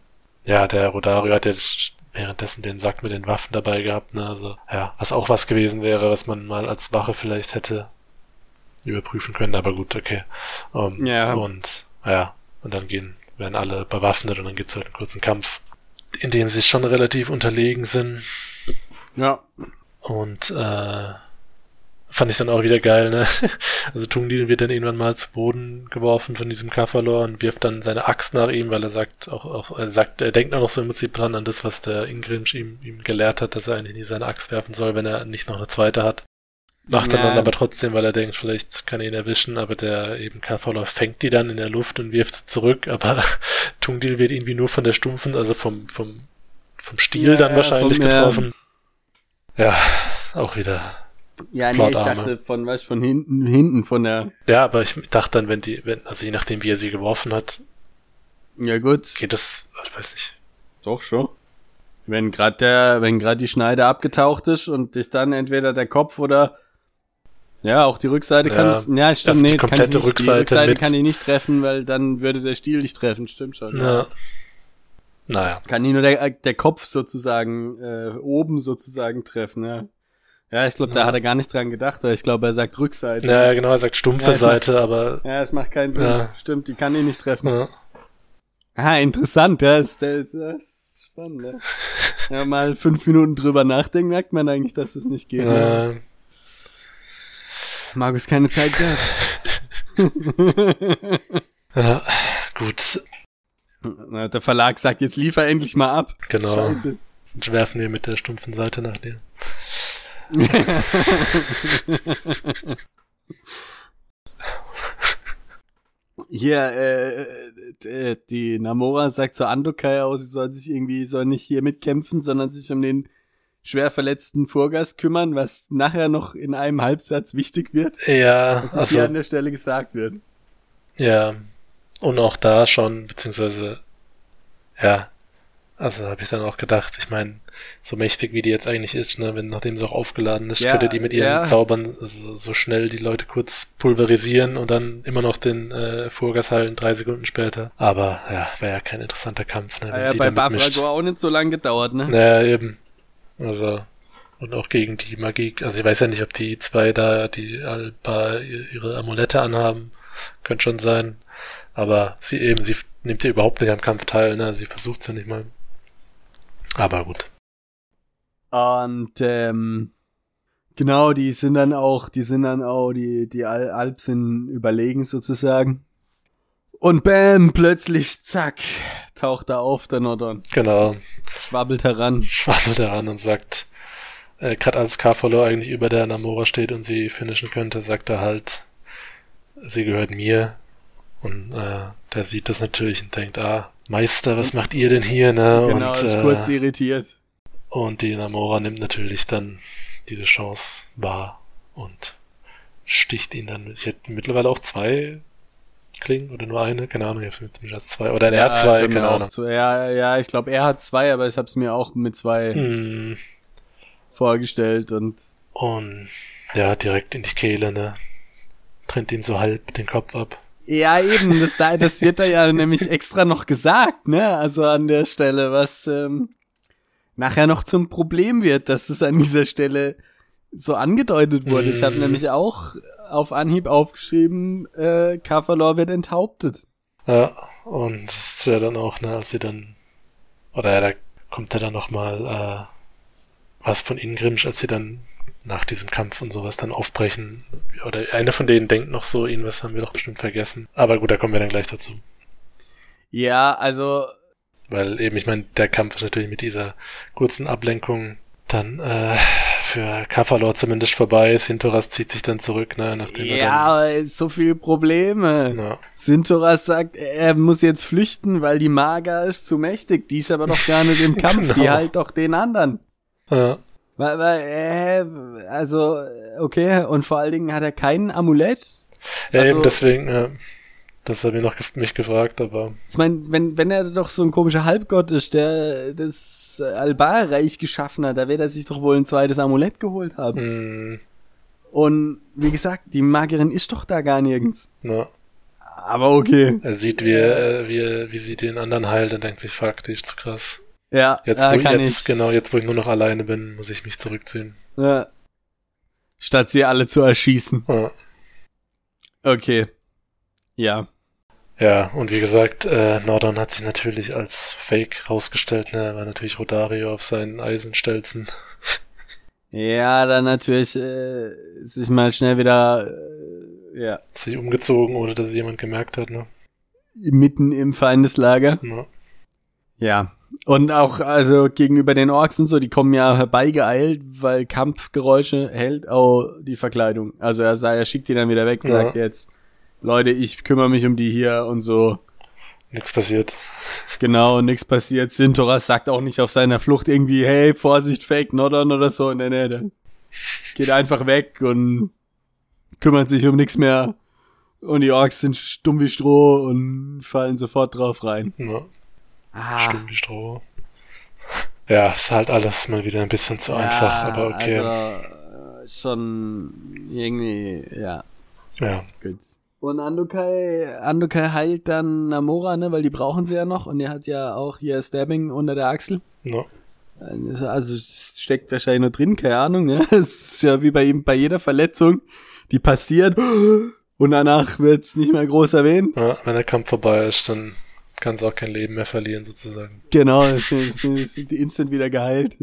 ja, der Rodario hat ja währenddessen den Sack mit den Waffen dabei gehabt, ne, also, ja, was auch was gewesen wäre, was man mal als Wache vielleicht hätte überprüfen können, aber gut, okay. Um, ja. Und, ja, und dann gehen, werden alle bewaffnet und dann gibt's halt einen kurzen Kampf, in dem sie schon relativ unterlegen sind. Ja. Und, äh, fand ich dann auch wieder geil, ne? Also Tungdil wird dann irgendwann mal zu Boden geworfen von diesem Kafalor und wirft dann seine Axt nach ihm, weil er sagt, auch, auch, er sagt, er denkt auch noch so im Prinzip dran an das, was der Ingrimsch ihm, ihm gelehrt hat, dass er eigentlich nie seine Axt werfen soll, wenn er nicht noch eine zweite hat. Macht er Ja. dann aber trotzdem, weil er denkt, vielleicht kann er ihn erwischen, aber der eben Kafalor fängt die dann in der Luft und wirft sie zurück, aber Tungdil wird irgendwie nur von der stumpfen, also vom, vom, vom Stiel Ja, dann wahrscheinlich vom, getroffen. Ja, auch wieder. Ja, nee, ich Plautarme. dachte von, was, von hinten, hinten, von der, Ja, aber ich dachte dann, wenn die, wenn, also je nachdem, wie er sie geworfen hat, ja gut, geht das, ich weiß nicht. doch schon. Wenn grad der, wenn grad die Schneide abgetaucht ist und ist dann entweder der Kopf oder, ja, auch die Rückseite Ja, kann, ja, stimmt, also die nee, kann komplette ich nicht, Rückseite die Rückseite mit- kann ich nicht treffen, weil dann würde der Stiel nicht treffen, stimmt schon. Ja. Naja. Kann nicht nur der, der Kopf sozusagen, äh, oben sozusagen treffen, ja. Ja, ich glaube, da Ja. hat er gar nicht dran gedacht, aber ich glaube, er sagt Rückseite. Ja, genau, er sagt stumpfe Ja, es Seite, aber, Ja, es macht keinen Sinn. Ja. Stimmt, die kann ihn nicht treffen. ja. Ah, interessant, ja, ist, der ist, das ist spannend, ja. Ja, mal fünf Minuten drüber nachdenken, merkt man eigentlich, dass es nicht geht. Ne? Äh, Markus, keine Zeit gehabt. ja, gut, Na, der Verlag sagt, jetzt liefer endlich mal ab. genau. Scheiße. Und werfen wir mit der stumpfen Seite nach dir. Hier, äh, äh, die Namora sagt zu Andokai aus, sie soll sich irgendwie, soll nicht hier mitkämpfen, sondern sich um den schwer verletzten Furgast kümmern, was nachher noch in einem Halbsatz wichtig wird, Ja, dass es also, hier an der Stelle gesagt wird. ja. Und auch da schon, beziehungsweise, ja, also habe ich dann auch gedacht, ich meine, so mächtig wie die jetzt eigentlich ist, ne, wenn nachdem sie auch aufgeladen ist, Ja, könnte die mit ihren ja. Zaubern so, so schnell die Leute kurz pulverisieren und dann immer noch den äh, Furgas halten, drei Sekunden später. Aber ja, wäre ja kein interessanter Kampf, ne, wenn Ah ja, sie bei damit mischt. Bafragor auch nicht so lange gedauert, ne? Naja, eben. Also, und auch gegen die Magie, also ich weiß ja nicht, ob die zwei da, die Alba ihre Amulette anhaben, könnte schon sein. Aber sie eben, sie nimmt ja überhaupt nicht am Kampf teil, ne? Sie versucht es ja nicht mal. Aber gut. Und ähm, genau, die sind dann auch, die sind dann auch, die, die Al Alp sind überlegen sozusagen. Und bam, plötzlich, zack, taucht er auf, der Nordon. Genau. Schwabbelt heran. Schwabbelt heran und sagt, äh, gerade als Kafalo eigentlich über der Namora steht und sie finishen könnte, sagt er halt, sie gehört mir. Und äh, der sieht das natürlich und denkt, ah, Meister, was macht ihr denn hier, ne? Genau, und, ist äh, kurz irritiert. Und die Namora nimmt natürlich dann diese Chance wahr und sticht ihn dann. Ich hätte mittlerweile auch zwei Klingen oder nur eine, keine Ahnung, ich habe zumindest als zwei. Oder er hat zwei, also mir keine auch Ahnung. Zwei, ja, ja, ich glaube, er hat zwei, aber ich habe es mir auch mit zwei Hm, vorgestellt und und ja, direkt in die Kehle, ne? Trennt ihm so halb den Kopf ab. ja, eben, das, da, das wird da ja nämlich extra noch gesagt, ne? Also an der Stelle, was ähm, nachher noch zum Problem wird, dass es an dieser Stelle so angedeutet wurde. Mm. Ich habe nämlich auch auf Anhieb aufgeschrieben, äh, Kafalor wird enthauptet. Ja, und das ist ja dann auch, ne, als sie dann, oder ja, da kommt ja dann nochmal äh, was von Ingrimsch, als sie dann nach diesem Kampf und sowas dann aufbrechen. Oder einer von denen denkt noch so, irgendwas haben wir doch bestimmt vergessen. Aber gut, da kommen wir dann gleich dazu. Ja, also Weil eben, ich meine, der Kampf ist natürlich mit dieser kurzen Ablenkung dann äh, für Kafalor zumindest vorbei. Sintoras zieht sich dann zurück, ne, nachdem er ja, so viele Probleme. dann... Ja, Sintoras sagt, er muss jetzt flüchten, weil die Maga ist zu mächtig. Die ist aber doch gar nicht im Kampf, Genau. die halt doch den anderen. ja, Weil, weil, äh, also, okay, und vor allen Dingen hat er kein Amulett. ja Also- eben deswegen, ja, das habe ich noch gef- mich gefragt, aber Ich meine, wenn, wenn er doch so ein komischer Halbgott ist, der das Albar-Reich geschaffen hat, da wird er sich doch wohl ein zweites Amulett geholt haben. mh, Und wie gesagt, die Magierin ist doch da gar nirgends. na, Aber okay. Er sieht, wie, er, wie, er, wie sie den anderen heilt und denkt sich, fuck, die ist zu krass. Ja, jetzt, ja, wo kann jetzt, ich. Genau, jetzt wo ich nur noch alleine bin, muss ich mich zurückziehen. Ja. Statt sie alle zu erschießen. Ja. Okay. Ja. Ja, und wie gesagt, äh, Nordon hat sich natürlich als Fake rausgestellt, ne? Er war natürlich Rodario auf seinen Eisenstelzen. Ja, dann natürlich äh, sich mal schnell wieder äh, ja. Sich umgezogen, ohne dass es jemand gemerkt hat, ne? Mitten im Feindeslager. Ja. Ja. Und auch, also gegenüber den Orks und so, die kommen ja herbeigeeilt, weil Kampfgeräusche hält auch die Verkleidung. Also er sagt, er schickt die dann wieder weg, sagt ja. jetzt, Leute, ich kümmere mich um die hier und so. Nix passiert. Genau, nix passiert. Sintoras sagt auch nicht auf seiner Flucht irgendwie, hey, Vorsicht, Fake Nordon oder so. Nee, nee, der geht einfach weg und kümmert sich um nichts mehr. Und die Orks sind stumm wie Stroh und fallen sofort drauf rein. Ja. Ah. Stumm wie Stroh. Ja, ist halt alles mal wieder ein bisschen zu ja, einfach, aber okay. Also, schon irgendwie, ja. Ja. Gut. Und Andukai, Andukai heilt dann Namora, ne, weil die brauchen sie ja noch und er hat ja auch hier Stabbing unter der Achsel. Ja. Also steckt wahrscheinlich nur drin, keine Ahnung, ne? Es ist ja wie bei ihm bei jeder Verletzung, die passiert und danach wird's nicht mehr groß erwähnt. Ja, wenn der Kampf vorbei ist, dann kann es auch kein Leben mehr verlieren, sozusagen. Genau, es sind die instant wieder geheilt.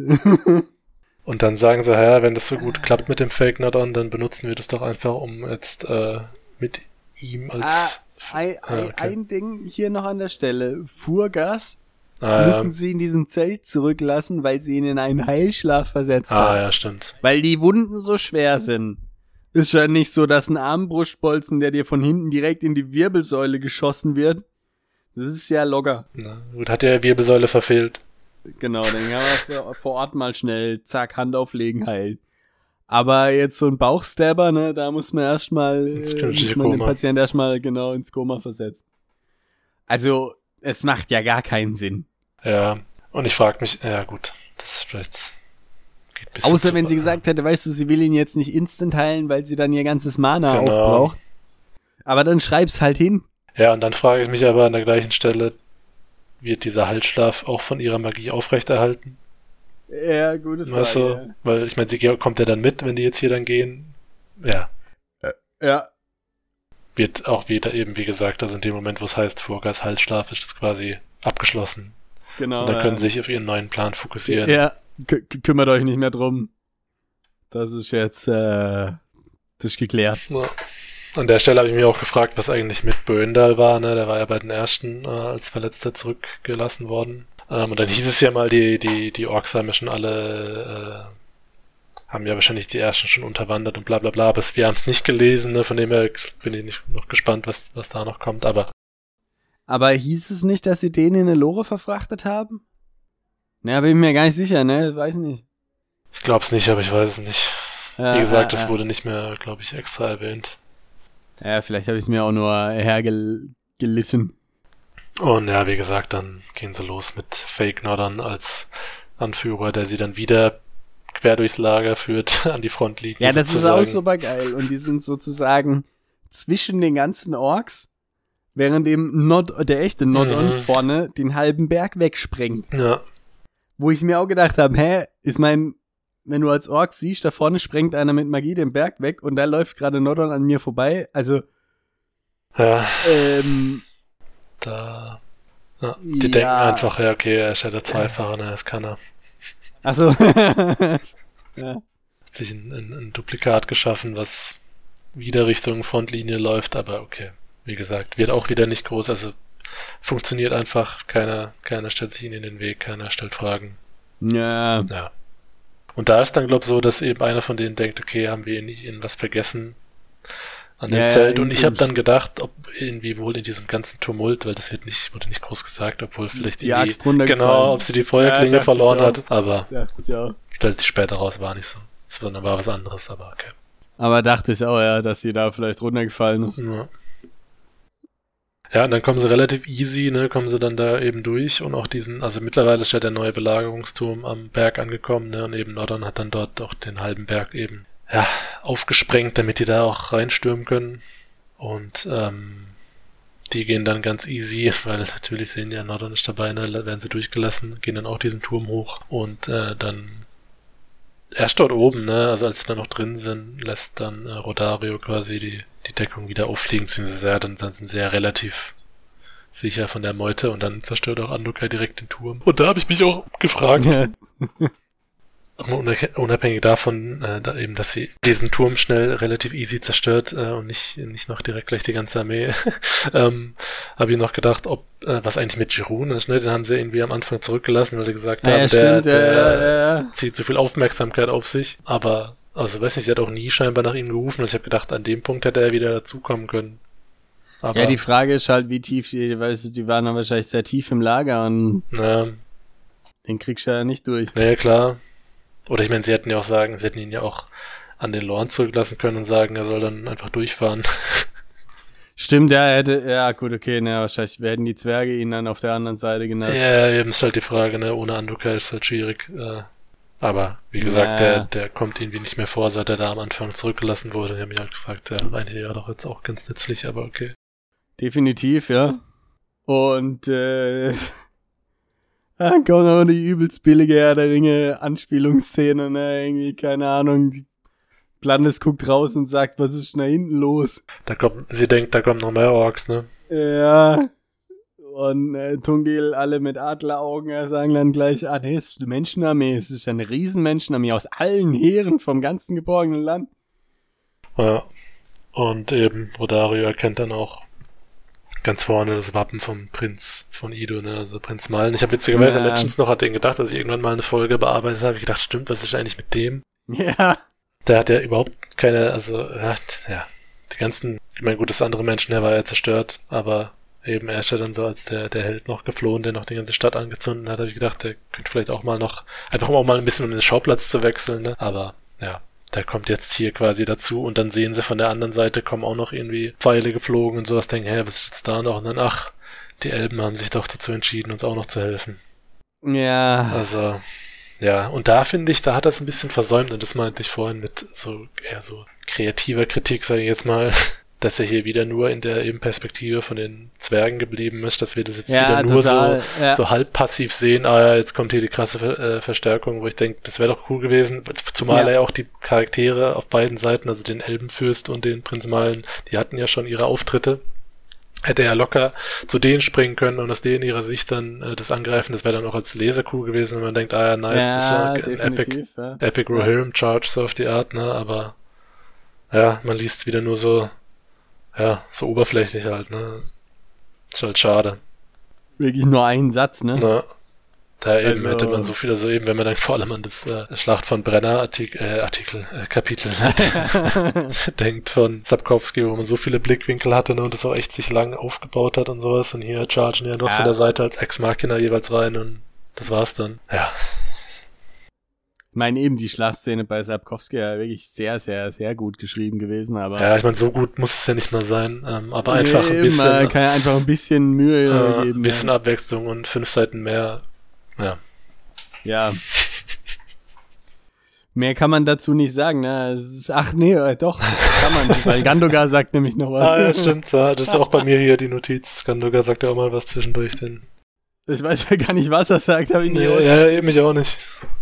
Und dann sagen sie, ja, wenn das so gut klappt mit dem Fake Nordon, dann benutzen wir das doch einfach, um jetzt äh, mit ihm als... Ah, ein, ah, okay. ein Ding hier noch an der Stelle. Furgas ah, müssen ja. sie in diesem Zelt zurücklassen, weil sie ihn in einen Heilschlaf versetzt haben. Ah, ja, stimmt. Weil die Wunden so schwer sind. Ist ja nicht so, dass ein Armbrustbolzen, der dir von hinten direkt in die Wirbelsäule geschossen wird. Das ist ja locker. Na, gut, hat ja Wirbelsäule verfehlt. Genau, dann kann man vor Ort mal schnell, zack, Hand auflegen, heilen. Aber jetzt so ein Bauchstabber, ne, da muss man erstmal, äh, muss man den Patienten erstmal genau ins Koma versetzen. Also, es macht ja gar keinen Sinn. Ja, und ich frage mich, ja gut, das ist vielleicht... Geht ein bisschen Außer wenn zu, sie gesagt hätte, weißt du, sie will ihn jetzt nicht instant heilen, weil sie dann ihr ganzes Mana genau. aufbraucht. Aber dann schreib's halt hin. Ja, und dann frage ich mich aber an der gleichen Stelle, wird dieser Halsschlaf auch von ihrer Magie aufrechterhalten? Ja, gute Frage. Weißt du, ja. weil ich meine, sie kommt ja dann mit, wenn die jetzt hier dann gehen. Ja. Ja. Wird auch wieder eben, wie gesagt, also in dem Moment, wo es heißt, Furgas Halsschlaf ist es quasi abgeschlossen. Genau. Und dann können ja. sie sich auf ihren neuen Plan fokussieren. Ja, k- kümmert euch nicht mehr drum. Das ist jetzt, äh, das ist geklärt. Ja. An der Stelle habe ich mich auch gefragt, was eigentlich mit Böndal war, ne? Der war ja bei den ersten äh, als Verletzter zurückgelassen worden. Ähm, und dann hieß es ja mal, die, die, die Orks haben ja schon alle, äh, haben ja wahrscheinlich die ersten schon unterwandert und bla bla bla, aber wir haben es nicht gelesen, ne? Von dem her bin ich nicht noch gespannt, was, was da noch kommt, aber. Aber hieß es nicht, dass sie den in eine Lore verfrachtet haben? Na, bin ich mir gar nicht sicher, ne? Weiß nicht. Ich glaub's nicht, aber ich weiß es nicht. Ja, Wie gesagt, ja, es ja. wurde nicht mehr, glaube ich, extra erwähnt. Ja, vielleicht habe ich es mir auch nur hergelitten. Und ja, wie gesagt, dann gehen sie los mit Fake Nordon als Anführer, der sie dann wieder quer durchs Lager führt, an die Frontlinie. Ja, das sozusagen. ist auch super geil. Und die sind sozusagen zwischen den ganzen Orks, während dem Nord, der echte Nordon Mhm. vorne den halben Berg wegsprengt. Ja, Wo ich mir auch gedacht habe, hä, ist mein, wenn du als Ork siehst, da vorne sprengt einer mit Magie den Berg weg und da läuft gerade Nordon an mir vorbei. Also, ja, ähm, da, ja, die Ja. denken einfach, ja, okay, er ist ja der Zweifahrer, ne, das kann er. achso. Ja. Hat sich ein, ein, ein Duplikat geschaffen, was wieder Richtung Frontlinie läuft, aber okay, wie gesagt, wird auch wieder nicht groß, also funktioniert einfach, keiner, keiner stellt sich ihnen in den Weg, keiner stellt Fragen. Ja. Ja. Und da ist dann, glaube ich, so, dass eben einer von denen denkt, okay, haben wir nicht ihnen was vergessen an dem Ja, Zelt. ja, Und ich habe und- dann gedacht, ob irgendwie wohl in diesem ganzen Tumult, weil das wird nicht, wurde nicht groß gesagt, obwohl vielleicht Die irgendwie, Axt runtergefallen. genau, ob sie die Feuerklinge Ja, dachte verloren ich auch. hat, aber Dachte ich auch. stellt sich später raus, war nicht so. Es war, war was anderes, aber okay. Aber dachte ich auch, ja, dass sie da vielleicht runtergefallen ist. Ja. Ja, und dann kommen sie relativ easy, ne, kommen sie dann da eben durch und auch diesen, also mittlerweile ist ja der neue Belagerungsturm am Berg angekommen, ne, und eben Nordon hat dann dort auch den halben Berg eben, ja, aufgesprengt, damit die da auch reinstürmen können. Und, ähm, die gehen dann ganz easy, weil natürlich sehen ja Nodder nicht dabei, ne, werden sie durchgelassen, gehen dann auch diesen Turm hoch und äh, dann erst dort oben, ne, also als sie dann noch drin sind, lässt dann äh, Rodario quasi die, die Deckung wieder auffliegen, beziehungsweise ja, dann, dann sind sie ja relativ sicher von der Meute und dann zerstört auch Andokai direkt den Turm. Und da habe ich mich auch gefragt, unabhängig davon, äh, da eben, dass sie diesen Turm schnell relativ easy zerstört äh, und nicht nicht noch direkt gleich die ganze Armee, ähm, habe ich noch gedacht, ob äh, was eigentlich mit Giroud ist, ne? Den haben sie irgendwie am Anfang zurückgelassen, weil sie gesagt ja, haben, ja, der, stimmt, der ja, ja. zieht so viel Aufmerksamkeit auf sich. Aber, also weiß nicht, sie hat auch nie scheinbar nach ihm gerufen. Also ich habe gedacht, an dem Punkt hätte er wieder dazukommen können. Aber, ja, die Frage ist halt, wie tief, die, weißt du, die waren dann wahrscheinlich sehr tief im Lager und na, den kriegst du ja nicht durch. naja, klar. Oder ich meine, sie hätten ja auch sagen, sie hätten ihn ja auch an den Lorn zurücklassen können und sagen, er soll dann einfach durchfahren. Stimmt, ja, er hätte, ja gut, okay, ne, wahrscheinlich werden die Zwerge ihn dann auf der anderen Seite genannt. Ja, eben ist halt die Frage, ne, ohne Andokai ist halt schwierig. Äh, aber, wie gesagt, ja. der, der kommt irgendwie nicht mehr vor, seit er da am Anfang zurückgelassen wurde. Ich habe mich halt gefragt, ja, eigentlich ja doch jetzt auch ganz nützlich, aber okay. Definitiv, ja. Und, äh, dann kommt auch die übelst billige Herr der Ringe Anspielungsszene, ne, irgendwie, keine Ahnung, Blandes guckt raus und sagt, was ist denn da hinten los? Da kommt, sie denkt, da kommen noch mehr Orks, ne? Ja, und äh, Tungdil alle mit Adleraugen, ja, sagen dann gleich, ah, nee, es ist eine Menschenarmee, es ist eine Riesenmenschenarmee aus allen Heeren vom ganzen geborgenen Land. Ja, und eben Rodario erkennt dann auch ganz vorne das Wappen vom Prinz von Ido, ne, also Prinz Maln. Ich habe witzigerweise ja. letztens noch an den gedacht, dass ich irgendwann mal eine Folge bearbeitet habe, ich gedacht, stimmt, was ist eigentlich mit dem? Ja. Der hat ja überhaupt keine, also, ja, ja, die ganzen, ich meine, gut, das andere Menschen, der war ja zerstört, aber eben er ist ja dann so als der, der Held noch geflohen, der noch die ganze Stadt angezündet hat, habe ich gedacht, der könnte vielleicht auch mal noch, einfach um auch mal ein bisschen um den Schauplatz zu wechseln, ne, aber, ja. Der kommt jetzt hier quasi dazu und dann sehen sie von der anderen Seite kommen auch noch irgendwie Pfeile geflogen und sowas, denken, hä, was ist jetzt da noch? Und dann, ach, die Elben haben sich doch dazu entschieden, uns auch noch zu helfen. Ja. Also, ja, und da finde ich, da hat er es ein bisschen versäumt und das meinte ich vorhin mit so, eher so kreativer Kritik, sage ich jetzt mal, dass er hier wieder nur in der eben Perspektive von den Zwergen geblieben ist, dass wir das jetzt ja, wieder nur total, so, ja. so halb passiv sehen, ah ja, jetzt kommt hier die krasse Ver- äh, Verstärkung, wo ich denke, das wäre doch cool gewesen, zumal ja. er ja auch die Charaktere auf beiden Seiten, also den Elbenfürst und den Prinz Malen, die hatten ja schon ihre Auftritte, hätte er locker zu denen springen können und aus denen ihrer Sicht dann äh, das angreifen, das wäre dann auch als Leser cool gewesen, wenn man denkt, ah ja, nice, ja, das ist ja ein Epic, ja. Epic Rohirrim Charge, so auf die Art, ne, aber ja, man liest wieder nur so ja, so oberflächlich halt, ne? Ist halt schade. Wirklich nur ein Satz, ne? Na, da eben also, hätte man so viel, also eben, wenn man dann vor allem an das äh, Schlacht von Brenner Artikel, äh, Artikel, äh, Kapitel denkt von Sapkowski, wo man so viele Blickwinkel hatte, ne, und das auch echt sich lang aufgebaut hat und sowas, und hier chargen ja noch ja. von der Seite als Ex-Machina jeweils rein und das war's dann. Ja. Ich meine eben, die Schlachtszene bei Sapkowski ja wirklich sehr, sehr, sehr gut geschrieben gewesen, aber... Ja, ich meine, so gut muss es ja nicht mal sein, ähm, aber einfach nee, ein bisschen... Man kann ja einfach ein bisschen Mühe äh, geben. Ein bisschen ja. Abwechslung und fünf Seiten mehr, ja. Ja. Mehr kann man dazu nicht sagen, ne? Ist, ach nee, doch, kann man, weil Gandogar sagt nämlich noch was. Ah, ja, stimmt, ja, das ist auch bei mir hier die Notiz. Gandogar sagt ja auch mal was zwischendurch, denn... Ich weiß ja gar nicht, was er sagt, habe ich nicht. Nee, ja, ja, mich auch nicht.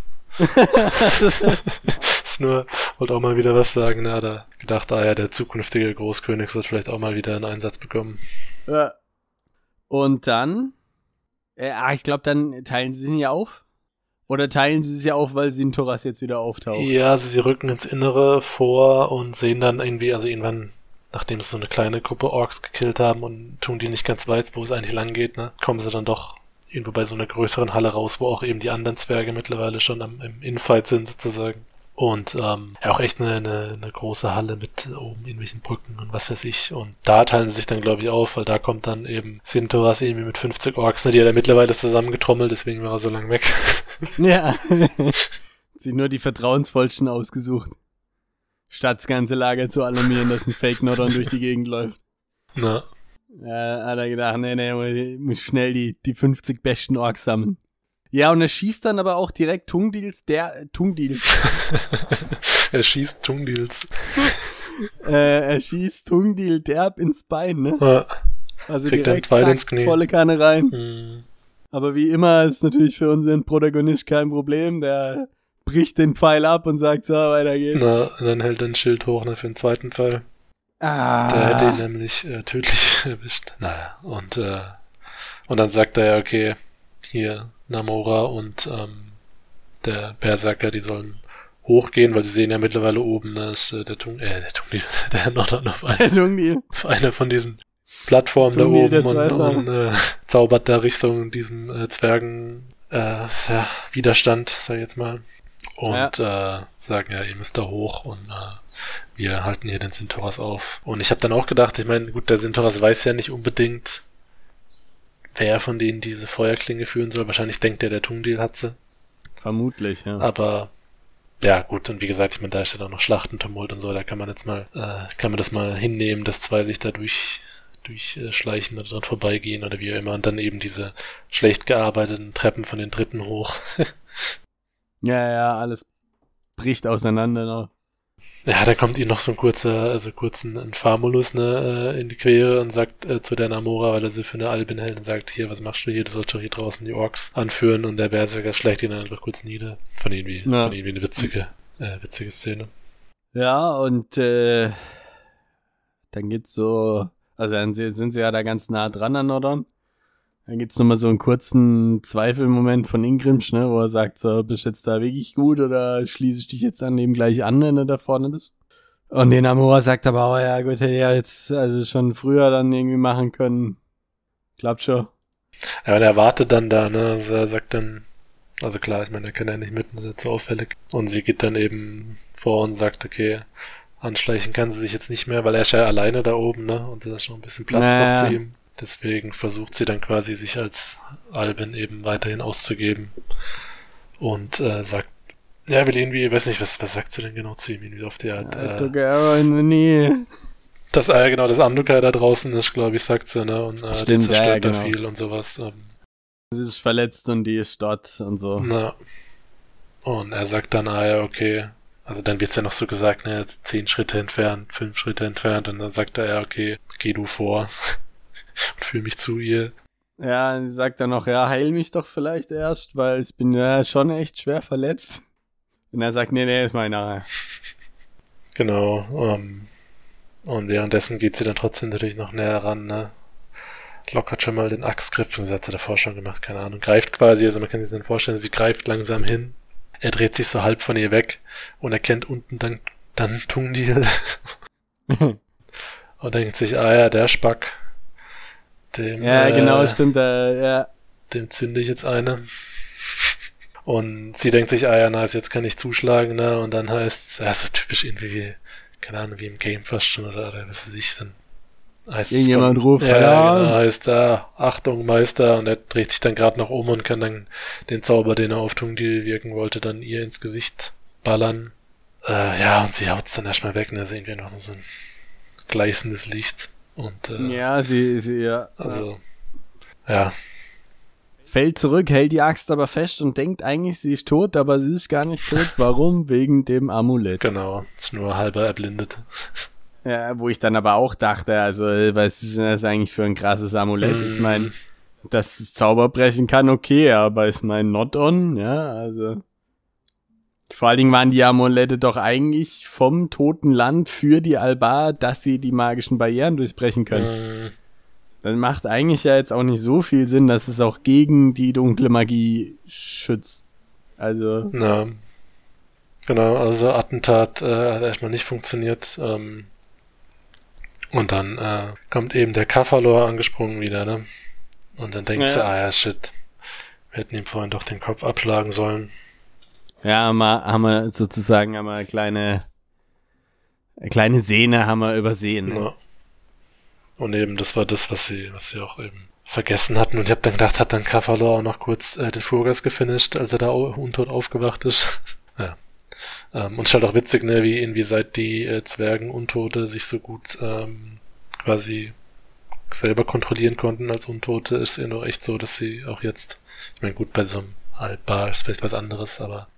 Ist nur, wollte auch mal wieder was sagen, na, da gedacht, ah ja, der zukünftige Großkönig soll vielleicht auch mal wieder einen Einsatz bekommen. Ja. Und dann, äh, ah, ich glaube, dann teilen sie sich ja auf. Oder teilen sie sich ja auf, weil Sintoras jetzt wieder auftaucht? Ja, also sie rücken ins Innere vor und sehen dann irgendwie, also irgendwann, nachdem sie so eine kleine Gruppe Orks gekillt haben und tun die nicht ganz weiß, wo es eigentlich lang geht, ne, kommen sie dann doch irgendwo bei so einer größeren Halle raus, wo auch eben die anderen Zwerge mittlerweile schon am, im Infight sind, sozusagen. Und ähm, ja, auch echt eine, eine, eine große Halle mit oben irgendwelchen Brücken und was weiß ich. Und da teilen sie sich dann, glaube ich, auf, weil da kommt dann eben Sintoras irgendwie mit fünfzig Orks, ne, die hat er mittlerweile zusammengetrommelt, deswegen war er so lang weg. Ja. Sie nur die vertrauensvollsten ausgesucht. Statt das ganze Lager zu alarmieren, dass ein Fake-Nordon durch die Gegend läuft. Na. Ja, hat er gedacht, nee, nee, muss schnell die, die fünfzig besten Orks sammeln. Ja, und er schießt dann aber auch direkt Tungdils, der, Tungdils. Er schießt Tungdils. äh, er schießt Tungdil derb ins Bein, ne? Ja. Also Kriegt direkt einen Pfeil zack, ins Knie. volle Kanne rein. Hm. Aber wie immer ist natürlich für unseren Protagonist kein Problem. Der bricht den Pfeil ab und sagt so, weiter geht's. Na, und dann hält er ein Schild hoch ne, für den zweiten Pfeil. Ah. Der hätte ihn nämlich äh, tödlich erwischt. Naja, und, äh, und dann sagt er ja, okay, hier Namora und ähm, der Berserker, die sollen hochgehen, weil sie sehen ja mittlerweile oben, ne, ist äh, der Tung, äh, der Tungli, der Nordern auf, ein, Der Tungli. auf einer von diesen Plattformen da Tungli, der oben und, Zweifler. und äh, zaubert da Richtung diesem äh, Zwergen äh, ja, Widerstand, sag ich jetzt mal. Und äh, sagen ja, ihr müsst da hoch und äh, wir halten hier den Sintoras auf. Und ich habe dann auch gedacht, ich meine, gut, der Sintoras weiß ja nicht unbedingt, wer von denen diese Feuerklinge führen soll. Wahrscheinlich denkt er, der Tungdil hat sie. Vermutlich, ja. Aber ja, gut, und wie gesagt, ich meine, da ist ja auch noch Schlachtentumult und so, da kann man jetzt mal, äh, kann man das mal hinnehmen, dass zwei sich da durch, durchschleichen oder dran vorbeigehen oder wie auch immer und dann eben diese schlecht gearbeiteten Treppen von den Dritten hoch. Ja, ja, alles bricht auseinander noch. Ja, da kommt ihm noch so ein kurzer, also kurzen ein Famulus ne, äh, in die Quere und sagt äh, zu der Namora, weil er sie für eine Albin hält und sagt, hier, was machst du hier, du sollst doch hier draußen die Orks anführen und der Berserker schlägt ihn dann einfach kurz nieder. Von irgendwie, Ja. von irgendwie eine witzige, äh, witzige Szene. Ja, und äh, dann gibt's so, also dann se- sind sie ja da ganz nah dran an Nordern. Dann gibt's nochmal so einen kurzen Zweifelmoment von Ingrimsch, ne, wo er sagt, so, bist du jetzt da wirklich gut oder schließe ich dich jetzt an dem gleich an, wenn du da vorne bist? Und den Amora sagt aber, oh ja gut, hätte ja jetzt also schon früher dann irgendwie machen können. Klappt schon. Ja, und er wartet dann da, ne, also er sagt dann, also klar, ich meine, er kann ja nicht mit, das ist jetzt so auffällig. Und sie geht dann eben vor und sagt, okay, anschleichen kann sie sich jetzt nicht mehr, weil er ist ja alleine da oben, ne, und da ist schon ein bisschen Platz Naja. noch zu ihm. Deswegen versucht sie dann quasi, sich als Albin eben weiterhin auszugeben. Und äh, sagt, ja, will irgendwie, ich weiß nicht, was, was sagt sie denn genau zu ihm, irgendwie auf die Art, Ja, äh, Together in the knee. das, äh, genau, das Andukai da draußen ist, glaube ich, sagt sie, ne, und äh, die Stimmt, zerstört ja, ja, da genau. viel und sowas. Ähm, Sie ist verletzt und die ist dort und so. na, und er sagt dann, ah ja, okay, also dann wird's ja noch so gesagt, ne, jetzt zehn Schritte entfernt, fünf Schritte entfernt, und dann sagt er, ja, okay, geh du vor und führ mich zu ihr. Ja, und sie sagt dann noch, ja, heil mich doch vielleicht erst, weil ich bin ja schon echt schwer verletzt. Und er sagt, nee, nee, ist mal nachher. Genau, ähm, und währenddessen geht sie dann trotzdem natürlich noch näher ran, ne, lockert schon mal den Axtgriff, das hat sie davor schon gemacht, keine Ahnung, greift quasi, also man kann sich dann vorstellen, sie greift langsam hin, er dreht sich so halb von ihr weg und erkennt unten dann, dann Tungdil und denkt sich, ah ja, der Spack, dem, Ja, äh, genau, stimmt, äh, ja. dem zünde ich jetzt eine. Und sie denkt sich, ah ja, nice, jetzt kann ich zuschlagen, ne, und dann heißt ja, so typisch irgendwie, keine Ahnung, wie im Game fast schon, oder, oder was weiß ich, dann heißt es Irgendjemand von- ruft, ja, ja. genau, heißt da, Achtung, Meister, und er dreht sich dann gerade noch um und kann dann den Zauber, den er auf Tungdil wirken wollte, dann ihr ins Gesicht ballern. Äh, ja, und sie haut's dann erstmal weg, ne, sehen wir noch so ein gleißendes Licht. Und, äh, Ja, sie, sie, ja. also, ja, Fällt zurück, hält die Axt aber fest und denkt eigentlich, sie ist tot, aber sie ist gar nicht tot. Warum? Wegen dem Amulett. genau, ist nur halber erblindet. Ja, wo ich dann aber auch dachte, also, äh, was ist denn das eigentlich für ein krasses Amulett? Ich Mm. meine, dass es Zauber brechen kann, okay, aber ich meine, not on, ja, also. Vor allen Dingen waren die Amulette doch eigentlich vom toten Land für die Albar, dass sie die magischen Barrieren durchbrechen können. Mm. Das macht eigentlich ja jetzt auch nicht so viel Sinn, dass es auch gegen die dunkle Magie schützt. Also, Ja, genau, also Attentat äh, hat erstmal nicht funktioniert. Ähm, und dann äh, kommt eben der Kafalor angesprungen wieder, ne? Und dann denkt Ja. sie, ah ja, shit, wir hätten ihm vorhin doch den Kopf abschlagen sollen. ja, haben wir, haben wir sozusagen haben wir eine kleine, eine kleine Sehne haben wir übersehen. Ja. Und eben, das war das, was sie, was sie auch eben vergessen hatten. Und ich habe dann gedacht, hat dann Kafalor auch noch kurz äh, den Furgas gefinisht, als er da au- untot aufgewacht ist. ja. Ähm, und es ist halt auch witzig, ne, wie inwieweit die äh, Zwergen Untote sich so gut ähm, quasi selber kontrollieren konnten als Untote. Ist ja noch echt so, dass sie auch jetzt, ich meine, gut, bei so einem Altbar ist vielleicht was anderes, aber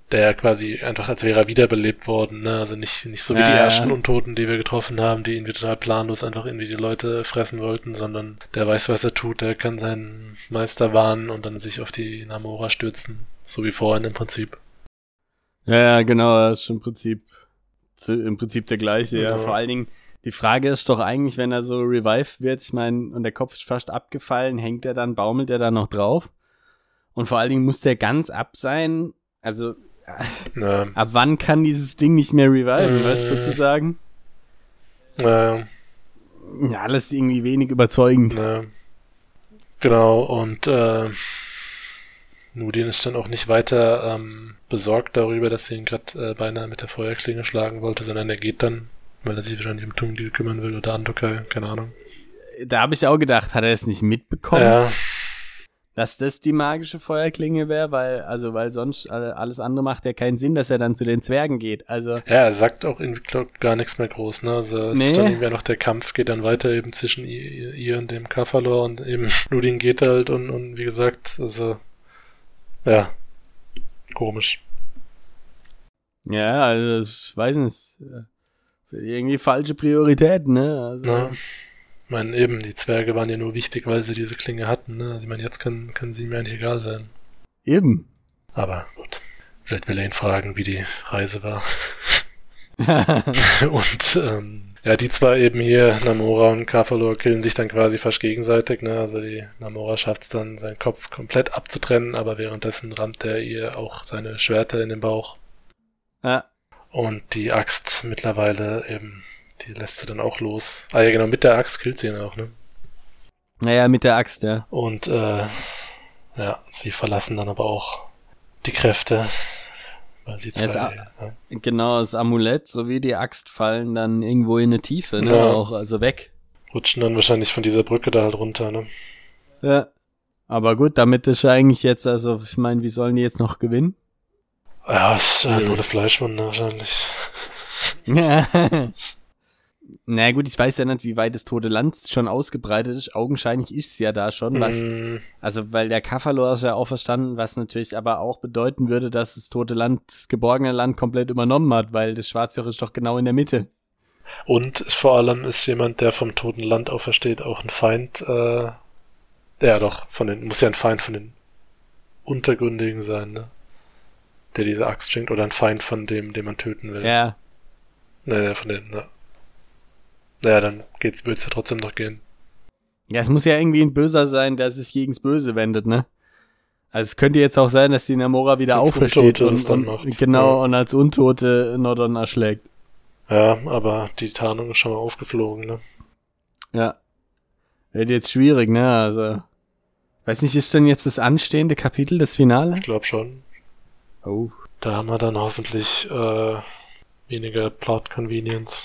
der quasi einfach, als wäre er wiederbelebt worden, ne? Also nicht, nicht so wie Ja, die ja. ersten Untoten, die wir getroffen haben, die irgendwie total planlos einfach irgendwie die Leute fressen wollten, sondern der weiß, was er tut, der kann seinen Meister warnen und dann sich auf die Namora stürzen. So wie vorhin im Prinzip. Ja, ja, genau, das ist schon im Prinzip, im Prinzip der gleiche, ja. Ja. Vor allen Dingen, die Frage ist doch eigentlich, wenn er so revived wird, ich meine, und der Kopf ist fast abgefallen, hängt er dann, baumelt er dann noch drauf? Und vor allen Dingen muss der ganz ab sein, also Ja. ab wann kann dieses Ding nicht mehr reviven, Äh. weißt du sozusagen? Ja. Ja, alles irgendwie wenig überzeugend. Ja. Genau, und äh, Nudin ist dann auch nicht weiter ähm, besorgt darüber, dass sie ihn gerade äh, beinahe mit der Feuerklinge schlagen wollte, sondern er geht dann, weil er sich wahrscheinlich um Tungdil kümmern will oder Andokai, keine Ahnung. Da habe ich auch gedacht, hat er es nicht mitbekommen, Ja, dass das die magische Feuerklinge wäre, weil, also, weil sonst äh, alles andere macht ja keinen Sinn, dass er dann zu den Zwergen geht. Also, ja, er sagt auch irgendwie, glaub, gar nichts mehr groß, ne? Also es Nee. ist dann irgendwie noch der Kampf, geht dann weiter eben zwischen ihr, ihr und dem Kafalor und eben Nudin geht halt und, und wie gesagt, also ja, komisch. ja, also, ich weiß nicht, äh, irgendwie falsche Prioritäten, ne? Also, Ne? Ich meine, eben, die Zwerge waren ja nur wichtig, weil sie diese Klinge hatten, ne? Also ich meine, jetzt können, können sie mir eigentlich egal sein. Eben. Aber gut. Vielleicht will er ihn fragen, wie die Reise war. Und ähm, ja, die zwei eben hier, Namora und Kafalor, killen sich dann quasi fast gegenseitig, ne? Also die Namora schafft es dann, seinen Kopf komplett abzutrennen, aber währenddessen rammt er ihr auch seine Schwerter in den Bauch. Ja. Und die Axt mittlerweile eben, die lässt sie dann auch los. Ah ja, genau, mit der Axt killt sie ihn auch, ne? Naja, mit der Axt, ja. Und äh, ja, sie verlassen dann aber auch die Kräfte, weil sie Ja, es zwei... a- Ja. Genau, das Amulett sowie die Axt fallen dann irgendwo in eine Tiefe, ne? Ja. Auch, also weg. Rutschen dann wahrscheinlich von dieser Brücke da halt runter, ne? Ja. Aber gut, damit ist ja eigentlich jetzt, also, ich meine, wie sollen die jetzt noch gewinnen? Ja, ist äh, nur eine Fleischwunde wahrscheinlich. Ja. Na gut, ich weiß ja nicht, wie weit das Tote Land schon ausgebreitet ist. Augenscheinlich ist es ja da schon was. Mm, Also, weil der Kafalor ist ja auch verstanden, was natürlich aber auch bedeuten würde, dass das Tote Land, das geborgene Land komplett übernommen hat, weil das Schwarzjoch ist doch genau in der Mitte. Und vor allem ist jemand, der vom toten Land aufersteht, auch ein Feind, äh, ja doch, von den, muss ja ein Feind von den Untergründigen sein, ne? Der diese Axt schenkt, oder ein Feind von dem, den man töten will. Ja. Naja, von den, ne? Naja, dann geht's, wird's ja trotzdem noch gehen. Ja, es muss ja irgendwie ein Böser sein, der sich gegens Böse wendet, ne? Also es könnte jetzt auch sein, dass die Namora wieder Als aufersteht Untote und, das dann und macht. genau Ja. und als Untote Nordon erschlägt. Ja, aber die Tarnung ist schon mal aufgeflogen, ne? Ja. Wird jetzt schwierig, ne? Also, weiß nicht, ist denn jetzt das anstehende Kapitel, das Finale? Ich glaube schon. Oh. Da haben wir dann hoffentlich äh, weniger Plot Convenience.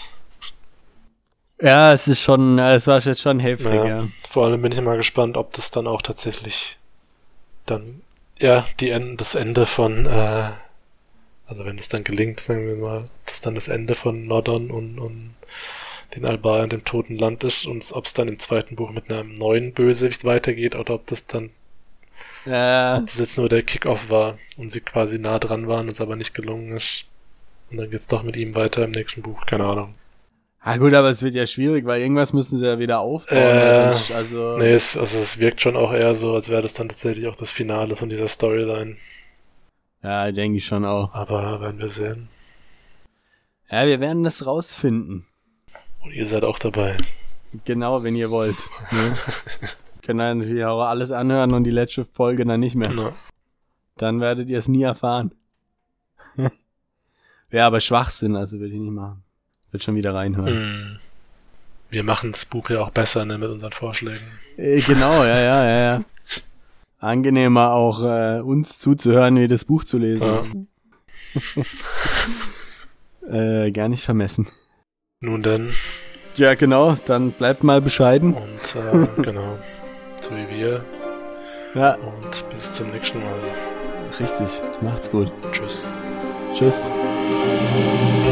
Ja, es ist schon, es war jetzt schon heftig, Ja. ja. Vor allem bin ich mal gespannt, ob das dann auch tatsächlich dann, ja, die En- das Ende von, äh, also wenn es dann gelingt, sagen wir mal, das dann das Ende von Nordon und, und den Albaren, dem toten Land ist und ob es dann im zweiten Buch mit einem neuen Bösewicht weitergeht oder ob das dann, Ja, ob das jetzt nur der Kick-Off war und sie quasi nah dran waren und es aber nicht gelungen ist. Und dann geht's doch mit ihm weiter im nächsten Buch, keine Ahnung. ah, gut, aber es wird ja schwierig, weil irgendwas müssen sie ja wieder aufbauen. Äh, also, also Nee, es, also es wirkt schon auch eher so, als wäre das dann tatsächlich auch das Finale von dieser Storyline. ja, denke ich schon auch. Aber werden wir sehen. Ja, wir werden das rausfinden. Und ihr seid auch dabei. Genau, wenn ihr wollt. Ne? Könnt ihr natürlich auch alles anhören und die letzte Folge dann nicht mehr. Na, Dann werdet ihr es nie erfahren. Wäre aber Schwachsinn, also würde ich nicht machen. Wird schon wieder reinhören. mm. Wir machen das Buch ja auch besser, ne, mit unseren Vorschlägen. Äh, genau, ja, ja, ja, ja. Angenehmer auch äh, uns zuzuhören, wie das Buch zu lesen. äh, gar nicht vermessen. Nun denn, Ja, genau, dann bleibt mal bescheiden. und äh, genau, so wie wir. Ja, Und bis zum nächsten Mal. richtig. Macht's gut. Tschüss. Tschüss.